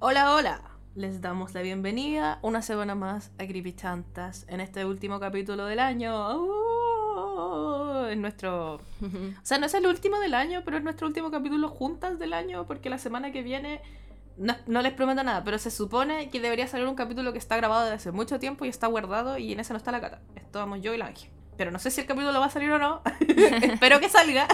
Hola, hola. Les damos la bienvenida una semana más a Creepychantas en este último capítulo del año. Es nuestro... O sea, no es el último del año, pero es nuestro último capítulo juntas del año porque la semana que viene... No les prometo nada, pero se supone que debería salir un capítulo que está grabado desde hace mucho tiempo y está guardado y en ese no está la Cata. Estamos yo y la Ángel. Pero no sé si el capítulo va a salir o no. Espero que salga.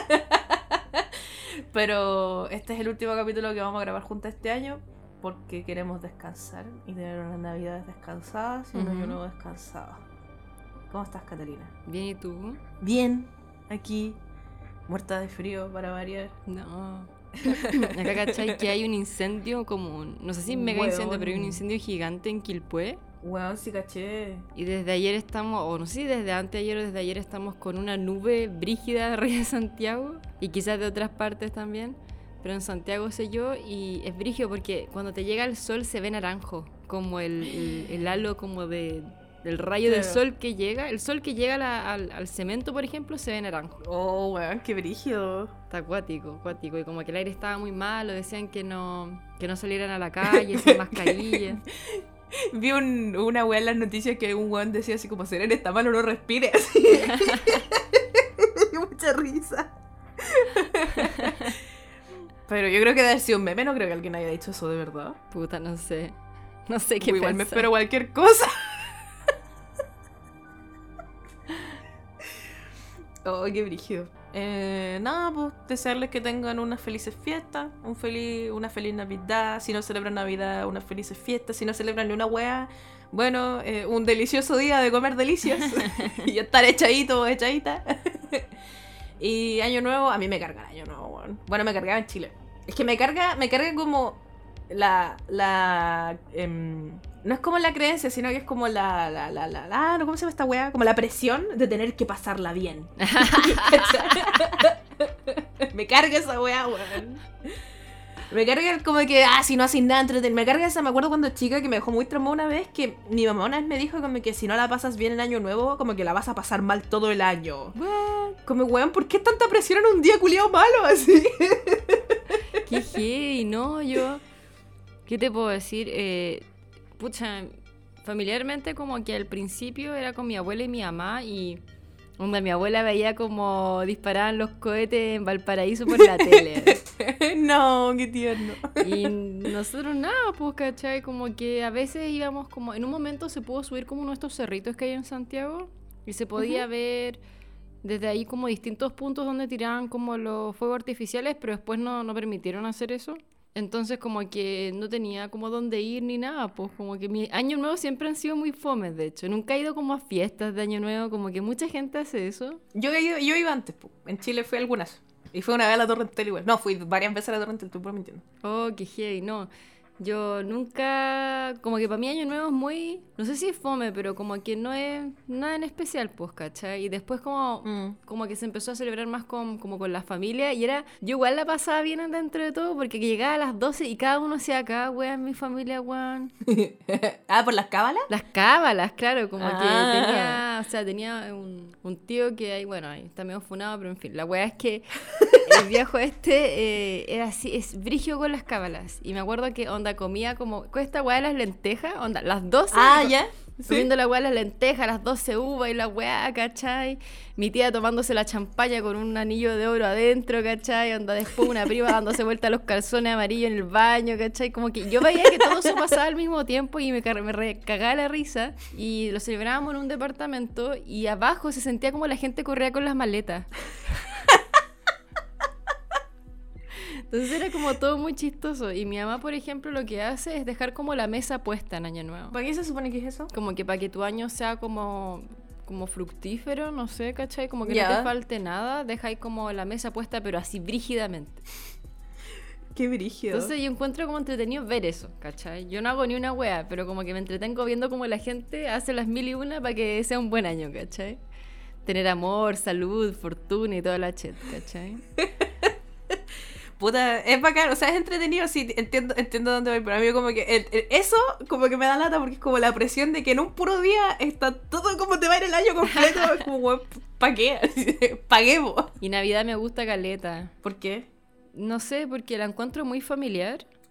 Pero este es el último capítulo que vamos a grabar juntas este año porque queremos descansar y tener unas navidades descansadas y un año nuevo descansado. ¿Cómo estás, Catalina? Bien, ¿y tú? Bien, aquí, muerta de frío para variar. No. Acá, ¿cachai? Que hay un incendio como... No sé si mega incendio, pero hay un incendio gigante en Quilpué. Weón, sí caché. Y desde ayer estamos, o no sé si desde anteayer o desde ayer estamos con una nube brígida arriba de Santiago. Y quizás de otras partes también. Pero en Santiago sé yo, y es brígido porque cuando te llega el sol se ve naranjo. Como el halo como del rayo del sol que llega. El sol que llega al cemento, por ejemplo, se ve naranjo. Oh, weón, qué brígido. Está acuático. Y como que el aire estaba muy malo, decían que no salieran a la calle sin mascarillas. Vi una weá en las noticias que un weón decía así como, Serena está malo, no respire. Así. Mucha risa. Pero yo creo que debe haber sido un meme, no creo que alguien haya dicho eso de verdad. Puta, no sé. No sé qué igual pensar. me espero cualquier cosa. Oh, qué brígido. Nada, pues desearles que tengan unas felices fiestas, una feliz Navidad. Si no celebran Navidad, unas felices fiestas. Si no celebran ni una wea, bueno, un delicioso día de comer delicias y estar echadito o echadita. Y Año Nuevo, a mí me carga el Año Nuevo, bueno, me cargaba en Chile. Es que me carga como no es como la creencia, sino que es como no, ¿cómo se llama esta weá? Como la presión de tener que pasarla bien. Me carga esa weá, weón. Me carga como que, si no haces nada entretener. Me carga esa, me acuerdo cuando chica que me dejó muy traumada una vez, que mi mamá una vez me dijo como que si no la pasas bien en Año Nuevo, como que la vas a pasar mal todo el año. What? Como, weón, ¿por qué tanta presión en un día culiao malo así? Qué heavy, no, yo... ¿Qué te puedo decir? Pucha, familiarmente como que al principio era con mi abuela y mi mamá y... Onda, mi abuela veía como disparaban los cohetes en Valparaíso por la tele. No, qué tierno. Y nosotros nada, pues, ¿cachai? Como que a veces íbamos como... En un momento se pudo subir como uno de estos cerritos que hay en Santiago y se podía ver desde ahí como distintos puntos donde tiraban como los fuegos artificiales, pero después no permitieron hacer eso. Entonces como que no tenía como dónde ir ni nada, pues como que mi Año Nuevo siempre han sido muy fomes, de hecho. Nunca he ido como a fiestas de Año Nuevo, como que mucha gente hace eso. Yo iba antes, po. En Chile fui algunas. Y fue una vez a la Torre Entel igual. No, fui varias veces a la Torre Entel, estoy mintiendo. Oh, qué heavy, no. Yo nunca... Como que para mí Año Nuevo es muy... No sé si es fome, pero como que no es nada en especial, pues, ¿cachai? Y después como que se empezó a celebrar más como con la familia. Y era... Yo igual la pasaba bien dentro de todo, porque llegaba a las 12 y cada uno hacía acá, weón, en mi familia, weón. ¿Por las cábalas? Las cábalas, claro, como que tenía un tío que ahí, bueno, ahí está medio funado, pero en fin, la weá es que el viejo era así, es brígido con las cábalas. Y me acuerdo que onda comía como, con esta weá de las lentejas, onda, las 12. Ya. Comiendo la weá de las lentejas, las 12 uvas y la weá, ¿cachai? Mi tía tomándose la champaña con un anillo de oro adentro, ¿cachai? Onda después una prima dándose vuelta a los calzones amarillos en el baño, ¿cachai? Como que yo veía que todo eso pasaba al mismo tiempo y me cagaba la risa. Y lo celebrábamos en un departamento y abajo se sentía como la gente corría con las maletas. Entonces era como todo muy chistoso. Y mi mamá, por ejemplo, lo que hace es dejar como la mesa puesta en Año Nuevo. ¿Para qué se supone que es eso? Como que para que tu año sea como fructífero, no sé, ¿cachai? Como que Ya. no te falte nada, deja ahí como la mesa puesta, pero así brígidamente. Qué brígido. Entonces yo encuentro como entretenido ver eso, ¿cachai? Yo no hago ni una wea, pero como que me entretengo viendo como la gente hace las 1001 para que sea un buen año, ¿cachai? Tener amor, salud, fortuna y toda la chet, ¿cachai? Puta, es bacán, o sea, es entretenido, sí, entiendo dónde voy, pero a mí como que eso como que me da lata porque es como la presión de que en un puro día está todo como te va a ir el año completo, es como, weón, ¿pa' qué? Paguemos. Y Navidad me gusta caleta. ¿Por qué? No sé, porque la encuentro muy familiar.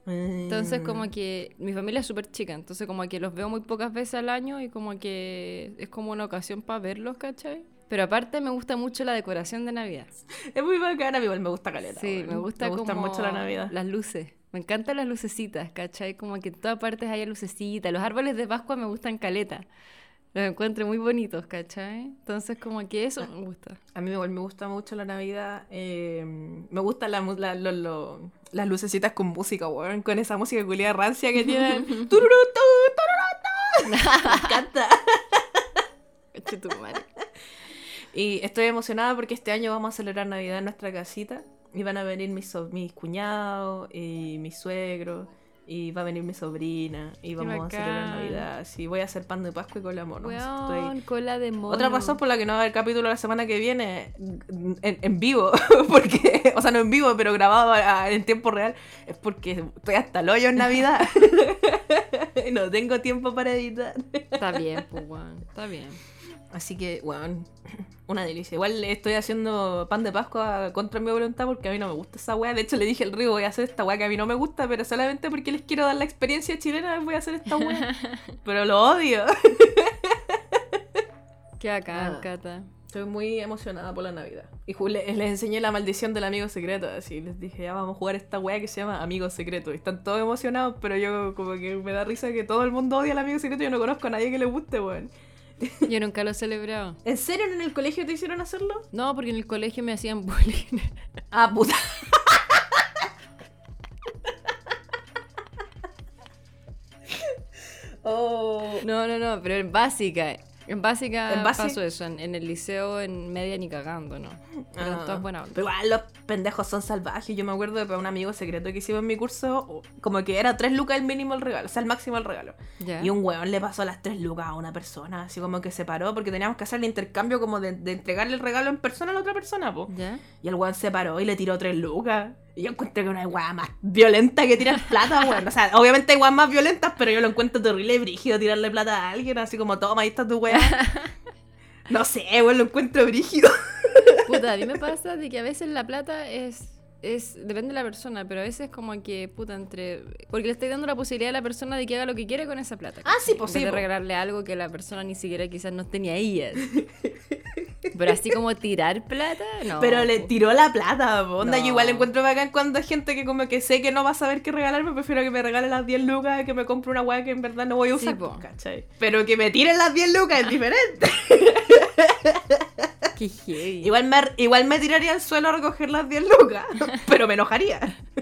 Entonces como que mi familia es súper chica, entonces como que los veo muy pocas veces al año y como que es como una ocasión para verlos, ¿cachai? Pero aparte me gusta mucho la decoración de Navidad. Es muy bacana, igual me gusta caleta. Sí, weón. me gusta como mucho la Navidad. las luces. Me encantan las lucecitas, ¿cachai? Como que en todas partes haya lucecitas. Los árboles de Pascua me gustan caleta. Los encuentro muy bonitos, ¿cachai? Entonces como que eso me gusta. A mí igual me gusta mucho la Navidad. Me gustan las lucecitas con música, weón. Con esa música culiada rancia que tienen. ¡Tururú, tu, tururú, tu! Me encanta. Cacho tu madre. Y estoy emocionada porque este año vamos a celebrar Navidad en nuestra casita. Y van a venir mis cuñados y mis suegros. Y va a venir mi sobrina. Y vamos a celebrar Navidad. Sí, voy a hacer pan de Pascua y cola de mono. Weón, cola de mono. Otra razón por la que no va a haber capítulo la semana que viene en vivo. Porque, o sea, no en vivo, pero grabado en tiempo real. Es porque estoy hasta el hoyo en Navidad. Y no tengo tiempo para editar. Está bien, pues, weón. Está bien. Así que, bueno, una delicia. Igual estoy haciendo pan de Pascua contra mi voluntad porque a mí no me gusta esa weá. De hecho, le dije al Río, voy a hacer esta weá que a mí no me gusta, pero solamente porque les quiero dar la experiencia chilena voy a hacer esta weá. Pero lo odio. Qué bacán, Cata. Estoy muy emocionada por la Navidad. Y les enseñé la maldición del amigo secreto. Así les dije, ya vamos a jugar esta weá que se llama Amigo Secreto. Y están todos emocionados, pero yo como que me da risa que todo el mundo odia al amigo secreto y yo no conozco a nadie que le guste, weón. Yo nunca lo he celebrado. ¿En serio en el colegio te hicieron hacerlo? No, porque en el colegio me hacían bullying. Ah, puta. Oh. No, pero en básica. En básica pasó eso. En el liceo, en media ni cagando, ¿no? Eran todas buenas ondas. Pero igual los pendejos son salvajes. Yo me acuerdo de un amigo secreto que hicimos en mi curso, como que era 3 lucas el mínimo el regalo, o sea, el máximo el regalo. ¿Ya? Y un weón le pasó las 3 lucas a una persona, así como que se paró porque teníamos que hacer el intercambio como de entregarle el regalo en persona a la otra persona, po. ¿Ya? Y el weón se paró y le tiró 3 lucas. Y yo encuentro que una weá más violenta que tirar plata, weón. O sea, obviamente hay weas más violentas, pero yo lo encuentro terrible y brígido tirarle plata a alguien, así como, toma, ahí está tu weá. No sé, weón, lo encuentro brígido. Puta, a mí me pasa de que a veces la plata es depende de la persona, pero a veces como que, puta, porque le estoy dando la posibilidad a la persona de que haga lo que quiere con esa plata. Ah, sí, pues en vez sí, de po. regalarle algo que la persona ni siquiera quizás no tenía ella. Pero así como tirar plata, no. Pero le tiró la plata, po. Onda, No. yo igual encuentro bacán cuando hay gente que como que sé que no va a saber qué regalarme, prefiero que me regale las 10 lucas que me compre una weá que en verdad no voy a usar, Sí, po. ¿cachai? Pero que me tiren las 10 lucas es diferente. Qué heavy. Igual me tiraría al suelo a recoger las 10 lucas, pero me enojaría.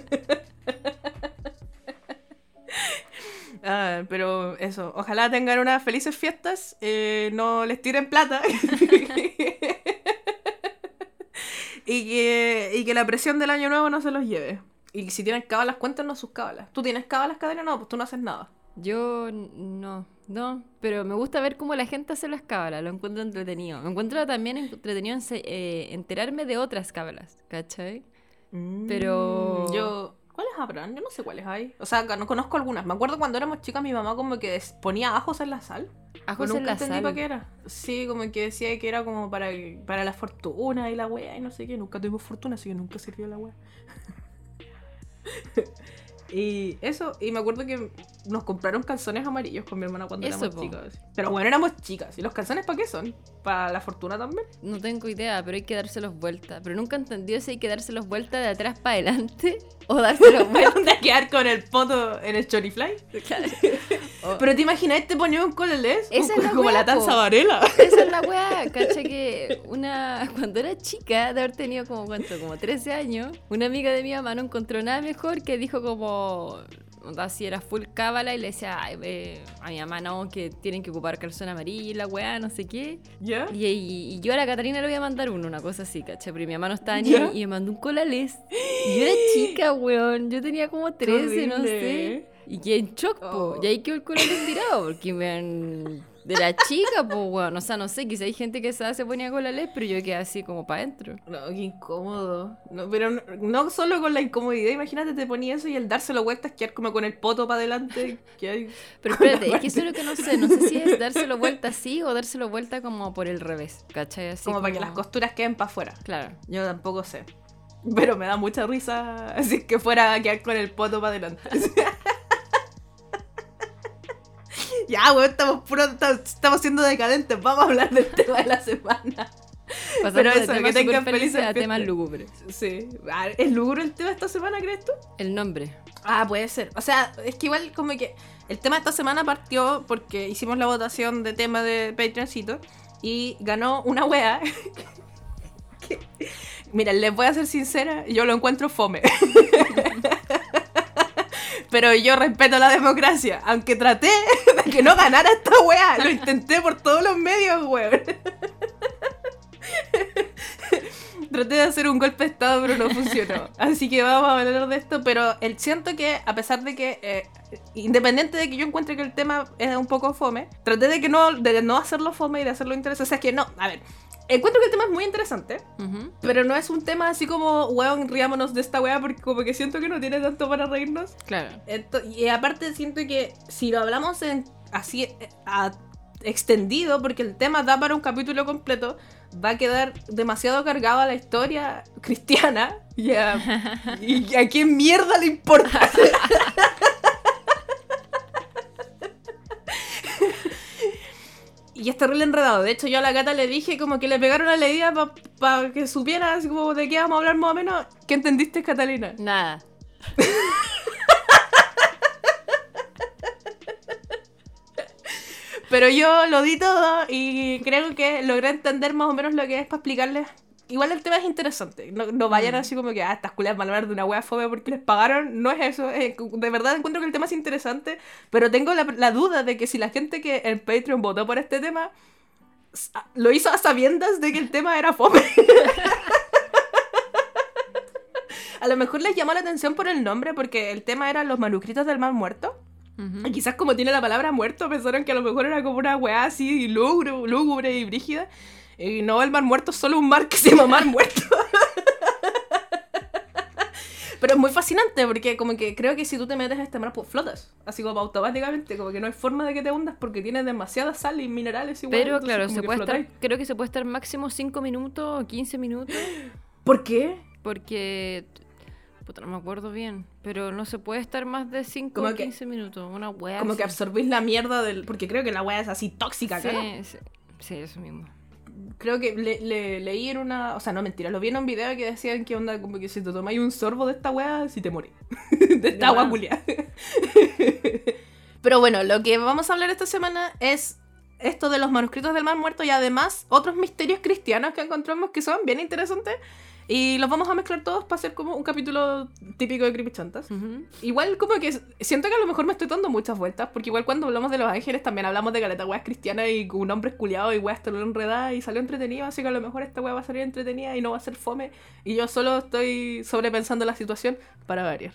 Pero eso, ojalá tengan unas felices fiestas, no les tiren plata. y que la presión del año nuevo no se los lleve. Y si tienen cábalas, cuéntanos sus cábalas. ¿Tú tienes cábalas, Cadena? No, pues tú no haces nada. Yo no, pero me gusta ver cómo la gente hace las cábalas, lo encuentro entretenido. Me encuentro también entretenido enterarme de otras cábalas, ¿cachai? Pero... ¿Cuáles habrán? Yo no sé cuáles hay. O sea, no conozco algunas. Me acuerdo cuando éramos chicas mi mamá como que ponía ajos en la sal. Ajos Nunca en la entendí sal. para qué era. Sí, como que decía que era como para la fortuna y la wea y no sé qué. Nunca tuvimos fortuna, así que nunca sirvió la wea. Y eso, y me acuerdo que nos compraron calzones amarillos con mi hermana cuando Eso, éramos po. chicas. Pero bueno, éramos chicas. ¿Y los calzones para qué son? ¿Para la fortuna también? No tengo idea, pero hay que dárselos vuelta. Pero nunca he entendido si hay que dárselos vuelta de atrás para adelante o dárselos vuelta. ¿De quedar con el poto en el chorifly? Pero te imaginas, te ponía un colelés Esa es la como wea, la tanza po. Varela. Esa es la weá, cacha que cuando era chica, de haber tenido como 13 años, una amiga de mi mamá no encontró nada mejor que dijo como, así era full cábala y le decía a mi mamá no, que tienen que ocupar calzón amarillo y la weá, no sé qué. ¿Ya? Y yo a la Catarina le voy a mandar una cosa así, cacha, pero mi mamá no estaba ni ¿Ya? ahí y me mandó un colalés. Y yo era chica, weón, yo tenía como 13, no sé. Y quedé en shock, po. Oh. Y ahí quedó el colalés tirado, porque de la chica, pues, weón. O sea, no sé, quizá hay gente que se ponía colalés, pero yo quedé así como para adentro. No, qué incómodo. No, pero no solo con la incomodidad, imagínate, te ponía eso y el dárselo vueltas, quedar como con el poto para adelante. Pero espérate, es que eso es lo que no sé si es dárselo vuelta así o dárselo vuelta como por el revés, ¿cachai? Así Como para que las costuras queden para afuera. Claro. Yo tampoco sé. Pero me da mucha risa así que fuera a quedar con el poto para adelante. Ya, weón, estamos siendo decadentes. Vamos a hablar del tema de la semana. Pasando Pero de eso, temas que tengan súper felices felices a temas fiestas. lúgubres. Sí. ¿Es lúgubre el tema de esta semana, crees tú? El nombre. Ah, puede ser. O sea, es que igual como que el tema de esta semana partió porque hicimos la votación de tema de Patreoncito y ganó una wea. Mira, les voy a ser sincera, yo lo encuentro fome. Pero yo respeto la democracia, aunque traté de que no ganara esta wea. Lo intenté por todos los medios, weón. Traté de hacer un golpe de estado, pero no funcionó. Así que vamos a hablar de esto, pero siento que, a pesar de que, independiente de que yo encuentre que el tema es un poco fome, traté de no hacerlo fome y de hacerlo interesante. O sea, es que no, a ver, encuentro que el tema es muy interesante, pero no es un tema así como, weón, riámonos de esta wea, porque como que siento que no tiene tanto para reírnos. Claro. Y aparte siento que si lo hablamos así extendido, porque el tema da para un capítulo completo, va a quedar demasiado cargado a la historia cristiana y a quién mierda le importa. Y es terrible enredado. De hecho, yo a la Cata le dije como que le pegaron a la idea para que supiera así como de qué vamos a hablar más o menos. ¿Qué entendiste, Catalina? Nada. Pero yo lo di todo y creo que logré entender más o menos lo que es para explicarles. Igual el tema es interesante. No vayan así como que, estas culias van a hablar de una wea fome porque les pagaron. No es eso. De verdad encuentro que el tema es interesante. Pero tengo la duda de que si la gente que en Patreon votó por este tema lo hizo a sabiendas de que el tema era fome. A lo mejor les llamó la atención por el nombre porque el tema era los manuscritos del Mar Muerto. Y quizás como tiene la palabra muerto, pensaron que a lo mejor era como una weá así lúgubre y brígida. Y no, el Mar Muerto es solo un mar que se llama Mar Muerto. Pero es muy fascinante porque como que creo que si tú te metes a este mar, pues flotas. Así como automáticamente, como que no hay forma de que te hundas porque tiene demasiada sal y minerales igual. Pero claro, flotáis. creo que se puede estar máximo 5 minutos o 15 minutos. ¿Por qué? Porque... Puta, no me acuerdo bien. Pero no se puede estar más de 5 o 15 minutos. Una wea Como así. que absorbís la mierda del... Porque creo que la wea es así tóxica, Sí, ¿no? sí, eso mismo. Creo que leí en una... O sea, no, mentira. Lo vi en un video que decían que onda como que si te tomáis un sorbo de esta wea, si te morís. De esta agua culiada. Pero bueno, lo que vamos a hablar esta semana es esto de los manuscritos del Mar Muerto y además otros misterios cristianos que encontramos que son bien interesantes. Y los vamos a mezclar todos para hacer como un capítulo típico de Creepychantas. Igual como que siento que a lo mejor me estoy dando muchas vueltas, porque igual cuando hablamos de los ángeles también hablamos de caleta weas cristianas y un hombre esculeado y weas todo enredada y salió entretenido, así que a lo mejor esta wea va a salir entretenida y no va a ser fome. Y yo solo estoy sobrepensando la situación para variar.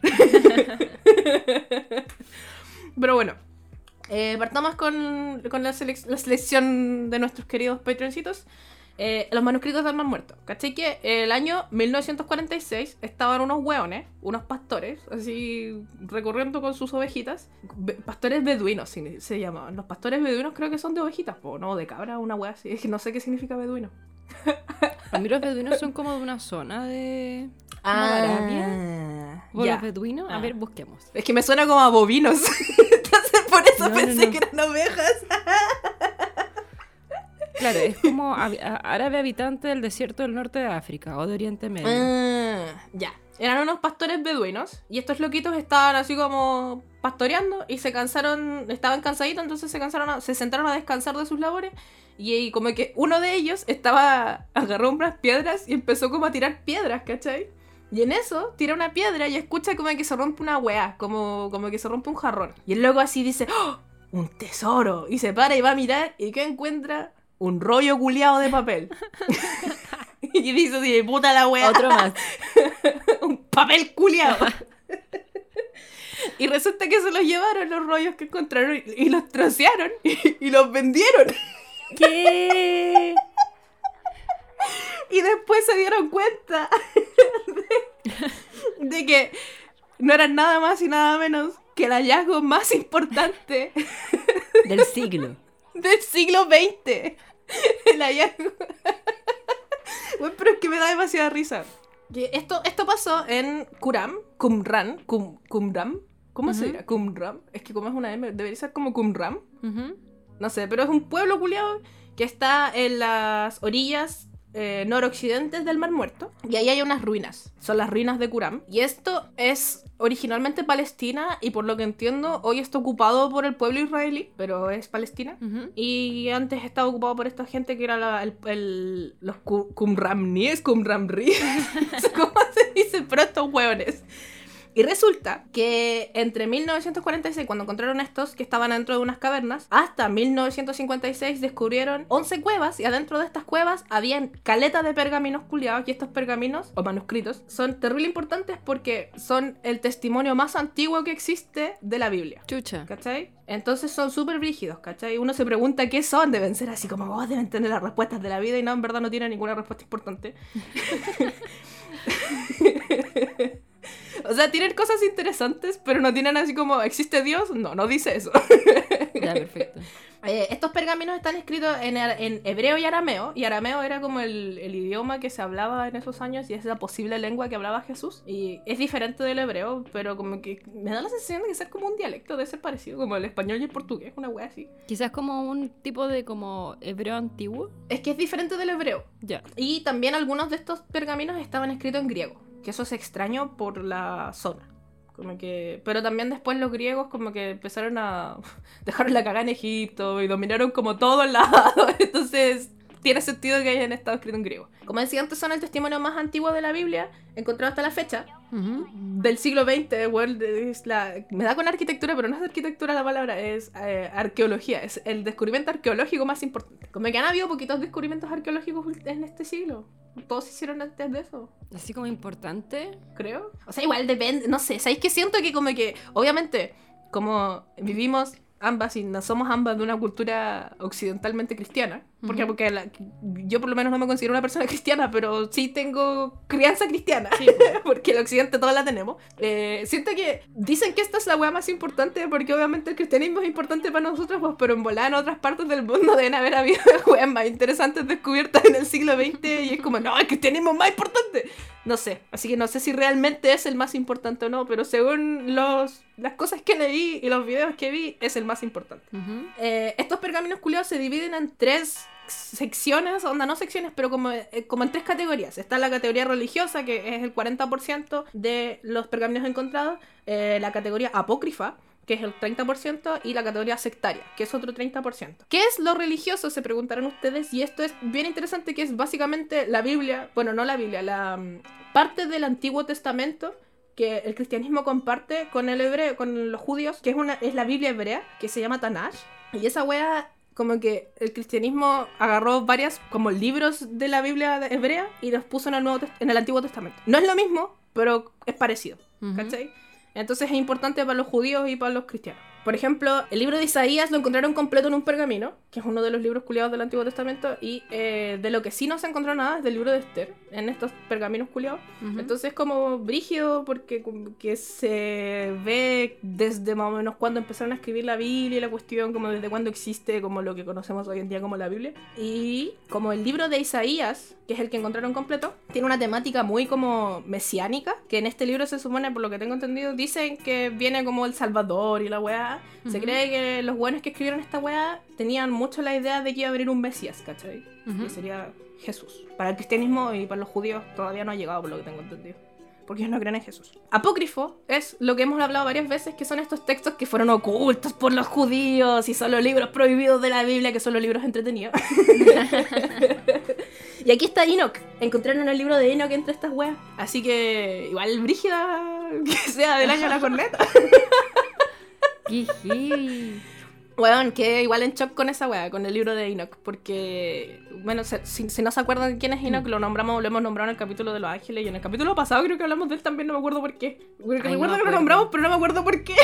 Pero bueno, partamos con la selección de nuestros queridos Patreoncitos. Los manuscritos del Mar Muerto. ¿Cachai? Que el año 1946 estaban unos hueones, unos pastores, así recorriendo con sus ovejitas. Pastores beduinos se llamaban. Los pastores beduinos creo que son de ovejitas, no, de cabra, una hueá así. Es que no sé qué significa beduino. A mí los beduinos son como de una zona de... Arabia. ¿O los beduinos? A ver, busquemos. Es que me suena como a bovinos. Entonces por eso pensé que eran ovejas. Claro, es como árabe habitante del desierto del norte de África o de Oriente Medio. Ya. Eran unos pastores beduinos y estos loquitos estaban así como pastoreando y se cansaron, estaban cansaditos, entonces se sentaron a descansar de sus labores y como que uno de ellos agarró unas piedras y empezó como a tirar piedras, ¿cachai? Y en eso tira una piedra y escucha como que se rompe una weá, como que se rompe un jarrón. Y el loco así dice, ¡oh! ¡Un tesoro! Y se para y va a mirar y ¿qué encuentra? Un rollo culiado de papel. Y dice así, puta la wea. Otro más. Un papel culiado. Y resulta que se los llevaron los rollos que encontraron y los trocearon y los vendieron. ¿Qué? Y después se dieron cuenta de que no eran nada más y nada menos que el hallazgo más importante del siglo XX. El hallazgo. Bueno, pero es que me da demasiada risa. Que esto pasó en Qumran. ¿Cómo se dirá? Qumran. Es que como es una M, debería ser como Qumran. No sé, pero es un pueblo culiado que está en las orillas noroccidentes del Mar Muerto. Y ahí hay unas ruinas. Son las ruinas de Qumran. Y esto es originalmente Palestina. Y por lo que entiendo, hoy está ocupado por el pueblo israelí. Pero es Palestina. Y antes estaba ocupado por esta gente que era los Qumramníes, Qumramri. ¿Cómo se dice? Pero estos hueones. Y resulta que entre 1946, cuando encontraron estos que estaban dentro de unas cavernas, hasta 1956 descubrieron 11 cuevas, y adentro de estas cuevas habían caleta de pergaminos culiados, y estos pergaminos, o manuscritos, son terrible importantes porque son el testimonio más antiguo que existe de la Biblia. Chucha. ¿Cachai? Entonces son súper brígidos, ¿cachai? Uno se pregunta qué son, deben ser así como, oh, deben tener las respuestas de la vida, y no, en verdad no tienen ninguna respuesta importante. O sea, tienen cosas interesantes, pero no tienen así como, ¿existe Dios? No dice eso. Ya, perfecto. Estos pergaminos están escritos en hebreo y arameo era como el idioma que se hablaba en esos años y es la posible lengua que hablaba Jesús. Y es diferente del hebreo, pero como que me da la sensación de que ser como un dialecto, de ser parecido, como el español y el portugués, una wea así. Quizás como un tipo de como hebreo antiguo. Es que es diferente del hebreo. Ya. Y también algunos de estos pergaminos estaban escritos en griego, que eso es extraño por la zona. Como que... Pero también después los griegos como que empezaron a... dejaron la cagada en Egipto y dominaron como todos lados. Entonces tiene sentido que hayan estado escritos en griego. Como decía antes, son el testimonio más antiguo de la Biblia, encontrado hasta la fecha, del siglo XX. Bueno, me da con arquitectura, pero no es arquitectura la palabra, es arqueología. Es el descubrimiento arqueológico más importante. Como que han habido poquitos descubrimientos arqueológicos en este siglo. Todos se hicieron antes de eso. Así como importante. Creo. O sea, igual depende, no sé. ¿Sabéis que siento que como que, obviamente, como vivimos ambas y no somos ambas de una cultura occidentalmente cristiana, porque yo por lo menos no me considero una persona cristiana, pero sí tengo crianza cristiana, sí, porque el occidente todos la tenemos. Siento que dicen que esta es la wea más importante porque obviamente el cristianismo es importante para nosotros, pues, pero en volada en otras partes del mundo deben haber habido weas más interesantes descubiertas en el siglo XX y es como, no, el cristianismo es más importante. No sé, así que no sé si realmente es el más importante o no, pero según las cosas que leí y los videos que vi, es el más importante. Estos pergaminos culiados se dividen en 3 secciones, no secciones, pero como en 3 categorías. Está la categoría religiosa, que es el 40% de los pergaminos encontrados, la categoría apócrifa, que es el 30%, y la categoría sectaria, que es otro 30%. ¿Qué es lo religioso? Se preguntarán ustedes, y esto es bien interesante, que es básicamente la Biblia, bueno, no la Biblia, la parte del Antiguo Testamento que el cristianismo comparte con el hebreo, con los judíos, que es la Biblia hebrea, que se llama Tanaj, y esa wea... Como que el cristianismo agarró varias como libros de la Biblia hebrea y los puso en el Antiguo Testamento. No es lo mismo, pero es parecido, ¿cachai? Entonces es importante para los judíos y para los cristianos. Por ejemplo, el libro de Isaías lo encontraron completo en un pergamino, que es uno de los libros culiados del Antiguo Testamento, y de lo que sí no se encontró nada es del libro de Esther, en estos pergaminos culiados. Entonces es como brígido porque como que se ve desde más o menos cuando empezaron a escribir la Biblia y la cuestión, como desde cuándo existe como lo que conocemos hoy en día como la Biblia. Y como el libro de Isaías, que es el que encontraron completo, tiene una temática muy como mesiánica, que en este libro se supone, por lo que tengo entendido, dicen que viene como el Salvador y la weá. Se cree que los buenos que escribieron esta weá tenían mucho la idea de que iba a venir un Mesías, ¿cachai? Que sería Jesús. Para el cristianismo y para los judíos todavía no ha llegado, por lo que tengo entendido, porque ellos no creen en Jesús. Apócrifo es lo que hemos hablado varias veces, que son estos textos que fueron ocultos por los judíos y son los libros prohibidos de la Biblia, que son los libros entretenidos. Y aquí está Enoch. Encontraron el libro de Enoch entre estas weas. Así que igual brígida que sea del año la corneta. Weón, quedé igual en shock con esa wea, con el libro de Enoch, porque, bueno, si no se acuerdan de quién es Enoch, lo hemos nombrado en el capítulo de los ángeles, y en el capítulo pasado creo que hablamos de él también, no me acuerdo por qué. Porque recuerdo que lo nombramos, pero no me acuerdo por qué.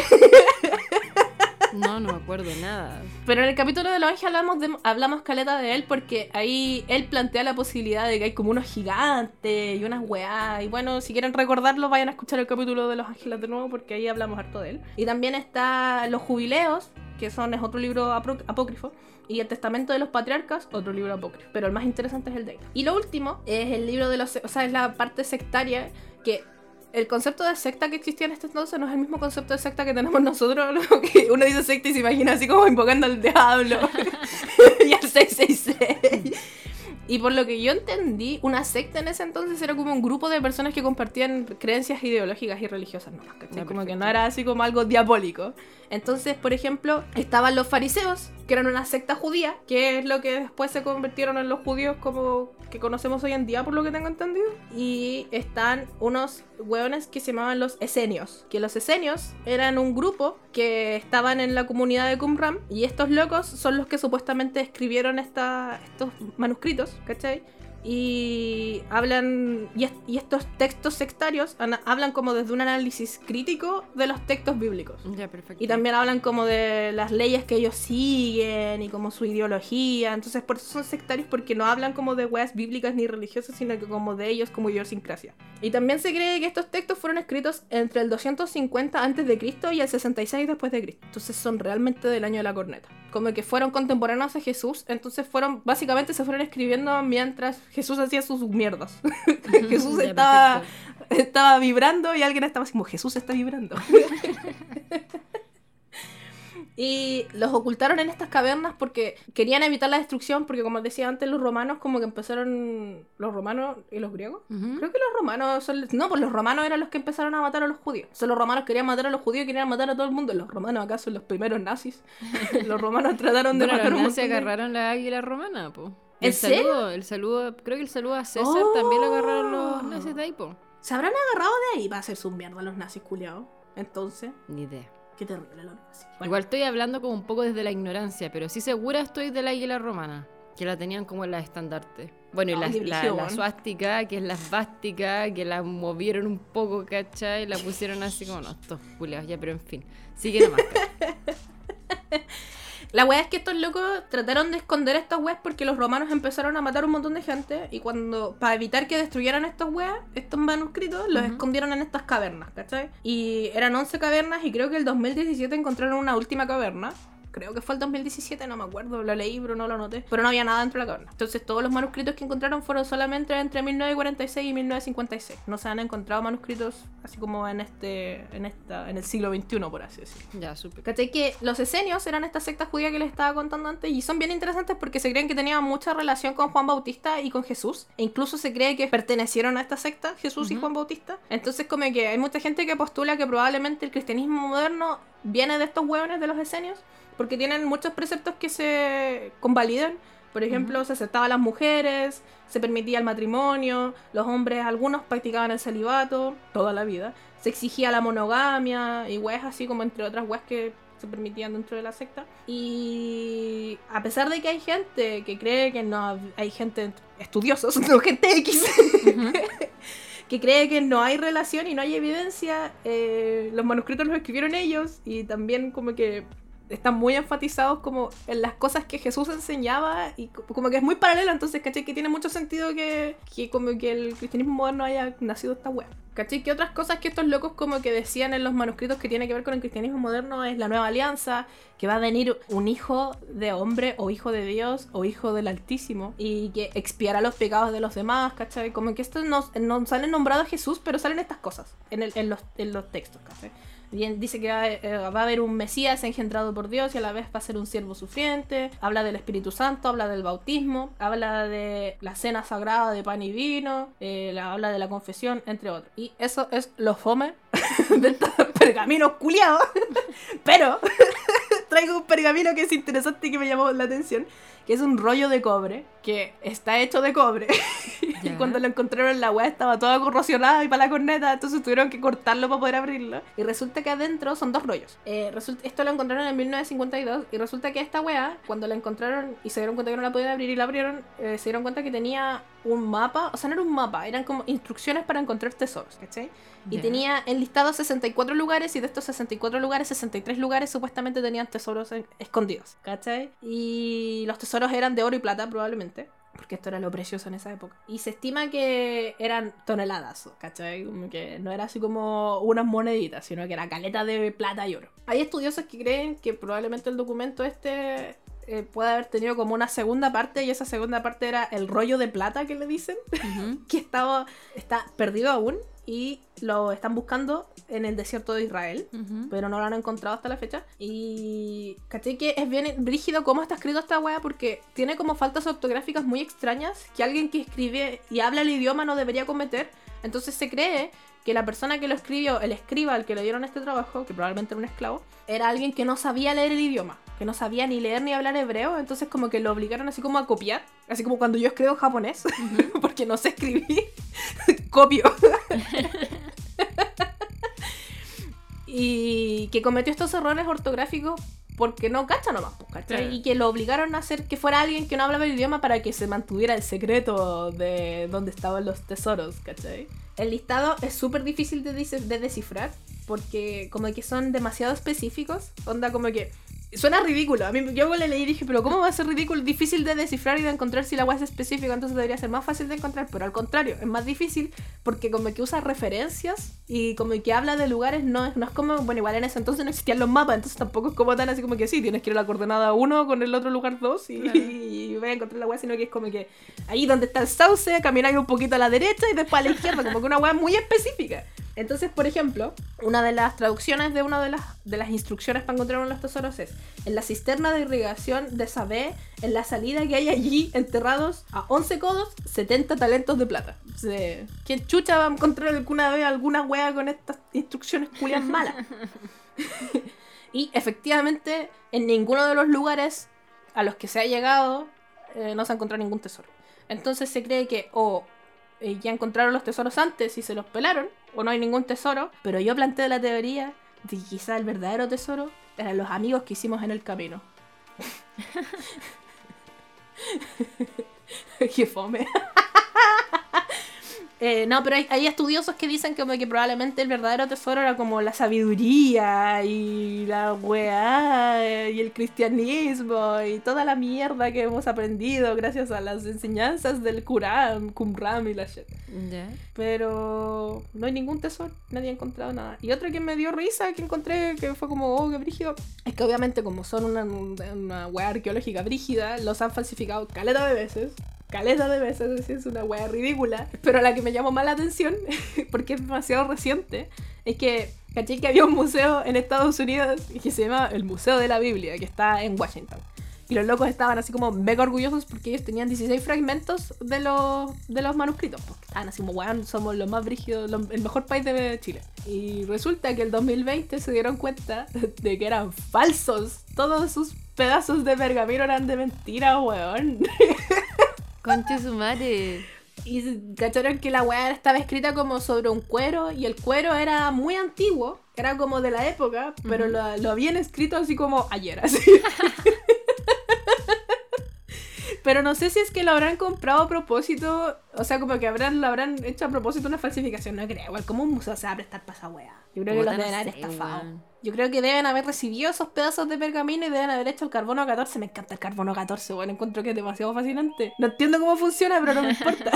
No me acuerdo nada. Pero en el capítulo de los ángeles hablamos caleta de él, porque ahí él plantea la posibilidad de que hay como unos gigantes y unas weas. Y bueno, si quieren recordarlo, vayan a escuchar el capítulo de los ángeles de nuevo, porque ahí hablamos harto de él. Y también está los jubileos, que es otro libro apócrifo, y el Testamento de los Patriarcas, otro libro apócrifo. Pero el más interesante es el de Enoch. Y lo último es el libro de los... O sea, es la parte sectaria, que el concepto de secta que existía en este entonces no es el mismo concepto de secta que tenemos nosotros, ¿no? Que uno dice secta y se imagina así como invocando al diablo y al 666. Y por lo que yo entendí, una secta en ese entonces era como un grupo de personas que compartían creencias ideológicas y religiosas, ¿no? ¿Cachai? Como que no era así como algo diabólico. Entonces, por ejemplo, estaban los fariseos, que eran una secta judía, que es lo que después se convirtieron en los judíos como que conocemos hoy en día, por lo que tengo entendido. Y están unos hueones que se llamaban los esenios, que los esenios eran un grupo que estaban en la comunidad de Qumran, y estos locos son los que supuestamente escribieron estos manuscritos, ¿cachai? Y hablan, y estos textos sectarios hablan como desde un análisis crítico de los textos bíblicos. Ya, perfecto. Y también hablan como de las leyes que ellos siguen y como su ideología. Entonces por eso son sectarios, porque no hablan como de weas bíblicas ni religiosas, sino que como de ellos, como idiosincrasia. Y también se cree que estos textos fueron escritos entre el 250 a.C. y el 66 después de Cristo. Entonces son realmente del año de la corneta. Como que fueron contemporáneos a Jesús, entonces básicamente se fueron escribiendo mientras Jesús hacía sus mierdas. Jesús estaba vibrando y alguien estaba así como, Jesús está vibrando. Y los ocultaron en estas cavernas porque querían evitar la destrucción, porque como decía antes, los romanos como que empezaron... ¿Los romanos y los griegos? Creo que los romanos son... No, pues los romanos eran los que empezaron a matar a los judíos. O sea, los romanos querían matar a los judíos y querían matar a todo el mundo. ¿Los romanos acaso son los primeros nazis? Los romanos trataron de matar a un montón. Los nazis agarraron la águila romana, po. ¿En serio? El saludo, creo que el saludo a César también lo agarraron los nazis de ahí, po. ¿Se habrán agarrado de ahí para hacer su mierda los nazis culiados? Entonces... Ni idea. Qué terrible los nazis. Bueno. Igual estoy hablando como un poco desde la ignorancia, pero sí segura estoy de la águila romana, que la tenían como en la estandarte. Bueno, y la suástica, que es la svástica, que la movieron un poco, ¿cachai? Y la pusieron así como, no, estos culiados, ya, pero en fin. Sigue nomás. La wea es que estos locos trataron de esconder estas weas porque los romanos empezaron a matar un montón de gente, y para evitar que destruyeran estas weas, estos manuscritos, los escondieron en estas cavernas, ¿cachai? Y eran 11 cavernas, y creo que el 2017 encontraron una última caverna. Creo que fue el 2017, no me acuerdo, lo leí pero no lo noté. Pero no había nada dentro de la caverna. Entonces todos los manuscritos que encontraron fueron solamente entre 1946 y 1956. No se han encontrado manuscritos así como en el siglo XXI, por así decirlo. Ya, súper. ¿Cachai? Que los esenios eran esta secta judía que les estaba contando antes, y son bien interesantes porque se creen que tenían mucha relación con Juan Bautista y con Jesús. E incluso se cree que pertenecieron a esta secta, Jesús y Juan Bautista. Entonces como que hay mucha gente que postula que probablemente el cristianismo moderno viene de estos hueones de los esenios, porque tienen muchos preceptos que se convalidan. Por ejemplo, se aceptaba a las mujeres, se permitía el matrimonio, los hombres, algunos practicaban el celibato toda la vida, se exigía la monogamia y weas así, como entre otras weas que se permitían dentro de la secta. Y a pesar de que hay gente que cree que no hay gente, estudiosos, no gente X, que cree que no hay relación y no hay evidencia, los manuscritos los escribieron ellos, y también como que están muy enfatizados como en las cosas que Jesús enseñaba, y como que es muy paralelo. Entonces, ¿cachai? Que tiene mucho sentido que como que el cristianismo moderno haya nacido esta wea. ¿Cachai? Que otras cosas que estos locos como que decían en los manuscritos que tiene que ver con el cristianismo moderno es la nueva alianza, que va a venir un hijo de hombre, o hijo de Dios, o hijo del Altísimo, y que expiará los pecados de los demás, ¿cachai? Como que esto no sale nombrado a Jesús, pero salen estas cosas en los textos, ¿cachai? Dice que va a haber un Mesías engendrado por Dios, y a la vez va a ser un siervo sufriente. Habla del Espíritu Santo, habla del bautismo, habla de la cena sagrada de pan y vino, habla de la confesión, entre otros. Y eso es lo fome de estos pergaminos culiados. Pero traigo un pergamino que es interesante y que me llamó la atención, que es un rollo de cobre, que está hecho de cobre. Y cuando lo encontraron en la web estaba toda corrosionada y para la corneta, entonces tuvieron que cortarlo para poder abrirlo. Y resulta que adentro son dos rollos. Esto lo encontraron en 1952, y resulta que esta wea, cuando la encontraron y se dieron cuenta que no la podían abrir y la abrieron, se dieron cuenta que tenía un mapa. O sea, no era un mapa, eran como instrucciones para encontrar tesoros, ¿cachai? Y tenía enlistados 64 lugares, y de estos 64 lugares, 63 lugares supuestamente tenían tesoros escondidos, ¿cachai? Y los tesoros eran de oro y plata probablemente. porque esto era lo precioso en esa época. Y se estima que eran toneladas, ¿cachai? Como que no era así como unas moneditas, sino que era caleta de plata y oro. Hay estudiosos que creen que probablemente el documento puede haber tenido como una segunda parte, y esa segunda parte era el rollo de plata que le dicen, que está perdido aún, y lo están buscando en el desierto de Israel, pero no lo han encontrado hasta la fecha. Y caché que es bien brígido cómo está escrito esta wea, porque tiene como faltas ortográficas muy extrañas que alguien que escribe y habla el idioma no debería cometer. Entonces se cree que la persona que lo escribió, el escriba al que le dieron este trabajo, que probablemente era un esclavo, era alguien que no sabía leer el idioma, que no sabía ni leer ni hablar hebreo. Entonces como que lo obligaron así como a copiar, así como cuando yo escribo japonés, porque no sé escribir, copio. Y que cometió estos errores ortográficos porque no cacha nomás, ¿cachai? Claro. Y que lo obligaron a hacer que fuera alguien que no hablaba el idioma para que se mantuviera el secreto de dónde estaban los tesoros, ¿cachai? El listado es súper difícil de descifrar, porque como que son demasiado específicos, onda como que suena ridículo. A mí, yo le leí y dije, pero ¿cómo va a ser ridículo? Difícil de descifrar y de encontrar si la web es específica, entonces debería ser más fácil de encontrar, pero al contrario, es más difícil porque como que usa referencias y como que habla de lugares, no es como, bueno, igual en ese entonces no existían los mapas, entonces tampoco es como tan así como que sí, tienes que ir a la coordenada 1 con el otro lugar 2 y, claro. y voy a encontrar la web, sino que es como que ahí donde está el sauce, camináis un poquito a la derecha y después a la izquierda, como que una web muy específica. Entonces, por ejemplo, una de las traducciones de una de las instrucciones para encontrar uno de los tesoros es: en la cisterna de irrigación de Sabé, en la salida que hay allí, enterrados a 11 codos, 70 talentos de plata. O sea, ¿quién chucha va a encontrar alguna vez alguna wea con estas instrucciones culias malas? Y efectivamente, en ninguno de los lugares a los que se ha llegado no se ha encontrado ningún tesoro. Entonces se cree que ya encontraron los tesoros antes y se los pelaron, o no hay ningún tesoro, pero yo planteo la teoría de que quizá el verdadero tesoro eran los amigos que hicimos en el camino. Qué fome. No, pero hay estudiosos que dicen como que probablemente el verdadero tesoro era como la sabiduría y la weá y el cristianismo y toda la mierda que hemos aprendido gracias a las enseñanzas del Qumran y la shit. Ya. Pero no hay ningún tesoro, nadie ha encontrado nada. Y otra que me dio risa, que encontré, que fue como, oh, qué brígido, es que obviamente como son una weá arqueológica brígida, los han falsificado caleta de veces, es una wea ridícula, pero la que me llamó más la atención, porque es demasiado reciente, es que caché que había un museo en Estados Unidos que se llama el Museo de la Biblia, que está en Washington. Y los locos estaban así como mega orgullosos porque ellos tenían 16 fragmentos de los manuscritos, porque estaban así como, weón, somos los más brígidos, el mejor país de Chile. Y resulta que el 2020 se dieron cuenta de que eran falsos, todos sus pedazos de pergamino eran de mentira, weón. Conche su madre. Y cacharon que la weá estaba escrita como sobre un cuero, y el cuero era muy antiguo, era como de la época, pero lo habían escrito así como ayer, así. Pero no sé si es que lo habrán comprado a propósito, o sea, como que lo habrán hecho a propósito una falsificación, no creo. Igual, ¿cómo un museo se va a prestar para esa wea? Yo creo que los deben haber estafado. Yo creo que deben haber recibido esos pedazos de pergamino y deben haber hecho el carbono 14. Me encanta el carbono 14, bueno, encuentro que es demasiado fascinante. No entiendo cómo funciona, pero no me importa.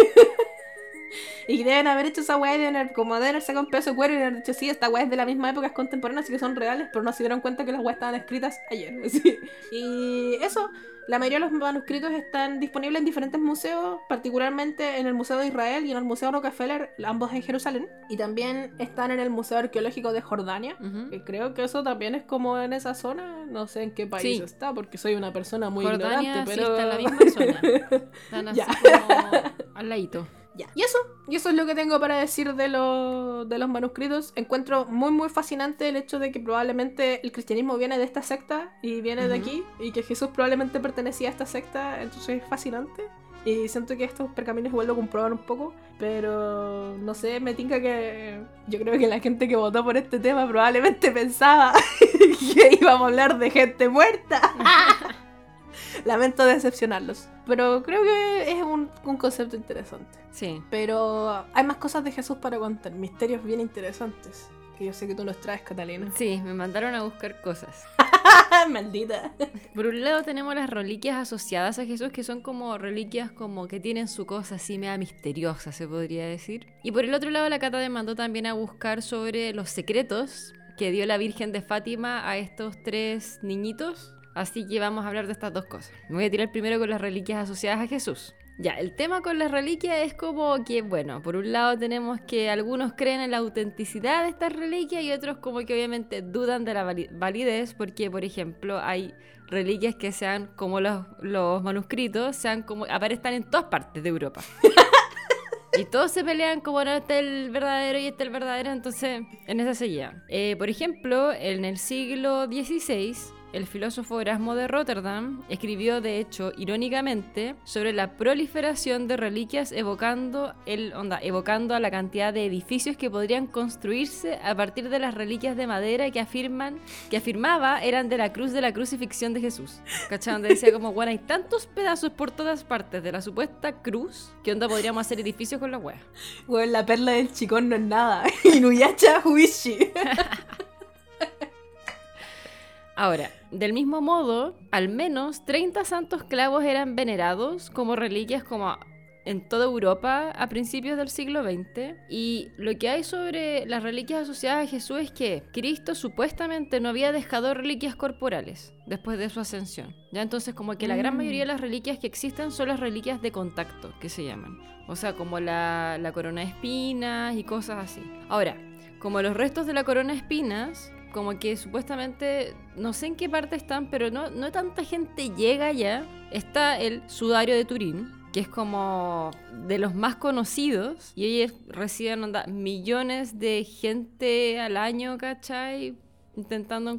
Y deben haber hecho esa weá y deben haber sacado un pedazo de cuero y deben haber dicho, sí, esta weá es de la misma época, es contemporánea, así que son reales, pero no se dieron cuenta que las weas estaban escritas ayer. ¿Sí? Y eso, la mayoría de los manuscritos están disponibles en diferentes museos, particularmente en el Museo de Israel y en el Museo Rockefeller, ambos en Jerusalén. Y también están en el Museo Arqueológico de Jordania, que creo que eso también es como en esa zona, no sé en qué país está, porque soy una persona muy Jordania, ignorante, pero... sí, está en la misma zona. Están así como al ladito. Ya. Y eso es lo que tengo para decir de los manuscritos. Encuentro muy muy fascinante el hecho de que probablemente el cristianismo viene de esta secta y viene de aquí, y que Jesús probablemente pertenecía a esta secta, entonces es fascinante. Y siento que estos pergaminos igual lo comprueban un poco, pero no sé, me tinca que yo creo que la gente que votó por este tema probablemente pensaba que íbamos a hablar de gente muerta. Lamento decepcionarlos, pero creo que es un concepto interesante. Sí. Pero hay más cosas de Jesús para contar, misterios bien interesantes porque yo sé que tú los traes, Catalina. Sí, me mandaron a buscar cosas. Maldita. Por un lado tenemos las reliquias asociadas a Jesús, que son como reliquias como que tienen su cosa así media misteriosa, se podría decir. Y por el otro lado la Cata me mandó también a buscar sobre los secretos que dio la Virgen de Fátima a estos 3 niñitos. Así que vamos a hablar de estas 2 cosas. Me voy a tirar primero con las reliquias asociadas a Jesús. Ya, el tema con las reliquias es como que, bueno, por un lado tenemos que algunos creen en la autenticidad de estas reliquias y otros como que obviamente dudan de la validez porque, por ejemplo, hay reliquias que sean como los manuscritos, sean como aparezcan en todas partes de Europa. Y todos se pelean como no, este es el verdadero y este es el verdadero, entonces en esa se llevan. Por ejemplo, en el siglo XVI, el filósofo Erasmo de Rotterdam escribió, de hecho, irónicamente, sobre la proliferación de reliquias evocando a la cantidad de edificios que podrían construirse a partir de las reliquias de madera que afirmaba eran de la cruz de la crucifixión de Jesús. ¿Cachai? Donde decía como, bueno, hay tantos pedazos por todas partes de la supuesta cruz, ¿qué onda podríamos hacer edificios con la wea? Bueno, la perla del chicón no es nada. Inuyasha Huishi. Ahora, del mismo modo, al menos 30 santos clavos eran venerados como reliquias como en toda Europa a principios del siglo XX. Y lo que hay sobre las reliquias asociadas a Jesús es que Cristo supuestamente no había dejado reliquias corporales después de su ascensión. Ya entonces como que la gran mayoría de las reliquias que existen son las reliquias de contacto, que se llaman. O sea, como la corona de espinas y cosas así. Ahora, como los restos de la corona de espinas, como que supuestamente, no sé en qué parte están, pero no tanta gente llega allá. Está el sudario de Turín, que es como de los más conocidos, y ellos reciben millones de gente al año, ¿cachai? Intentando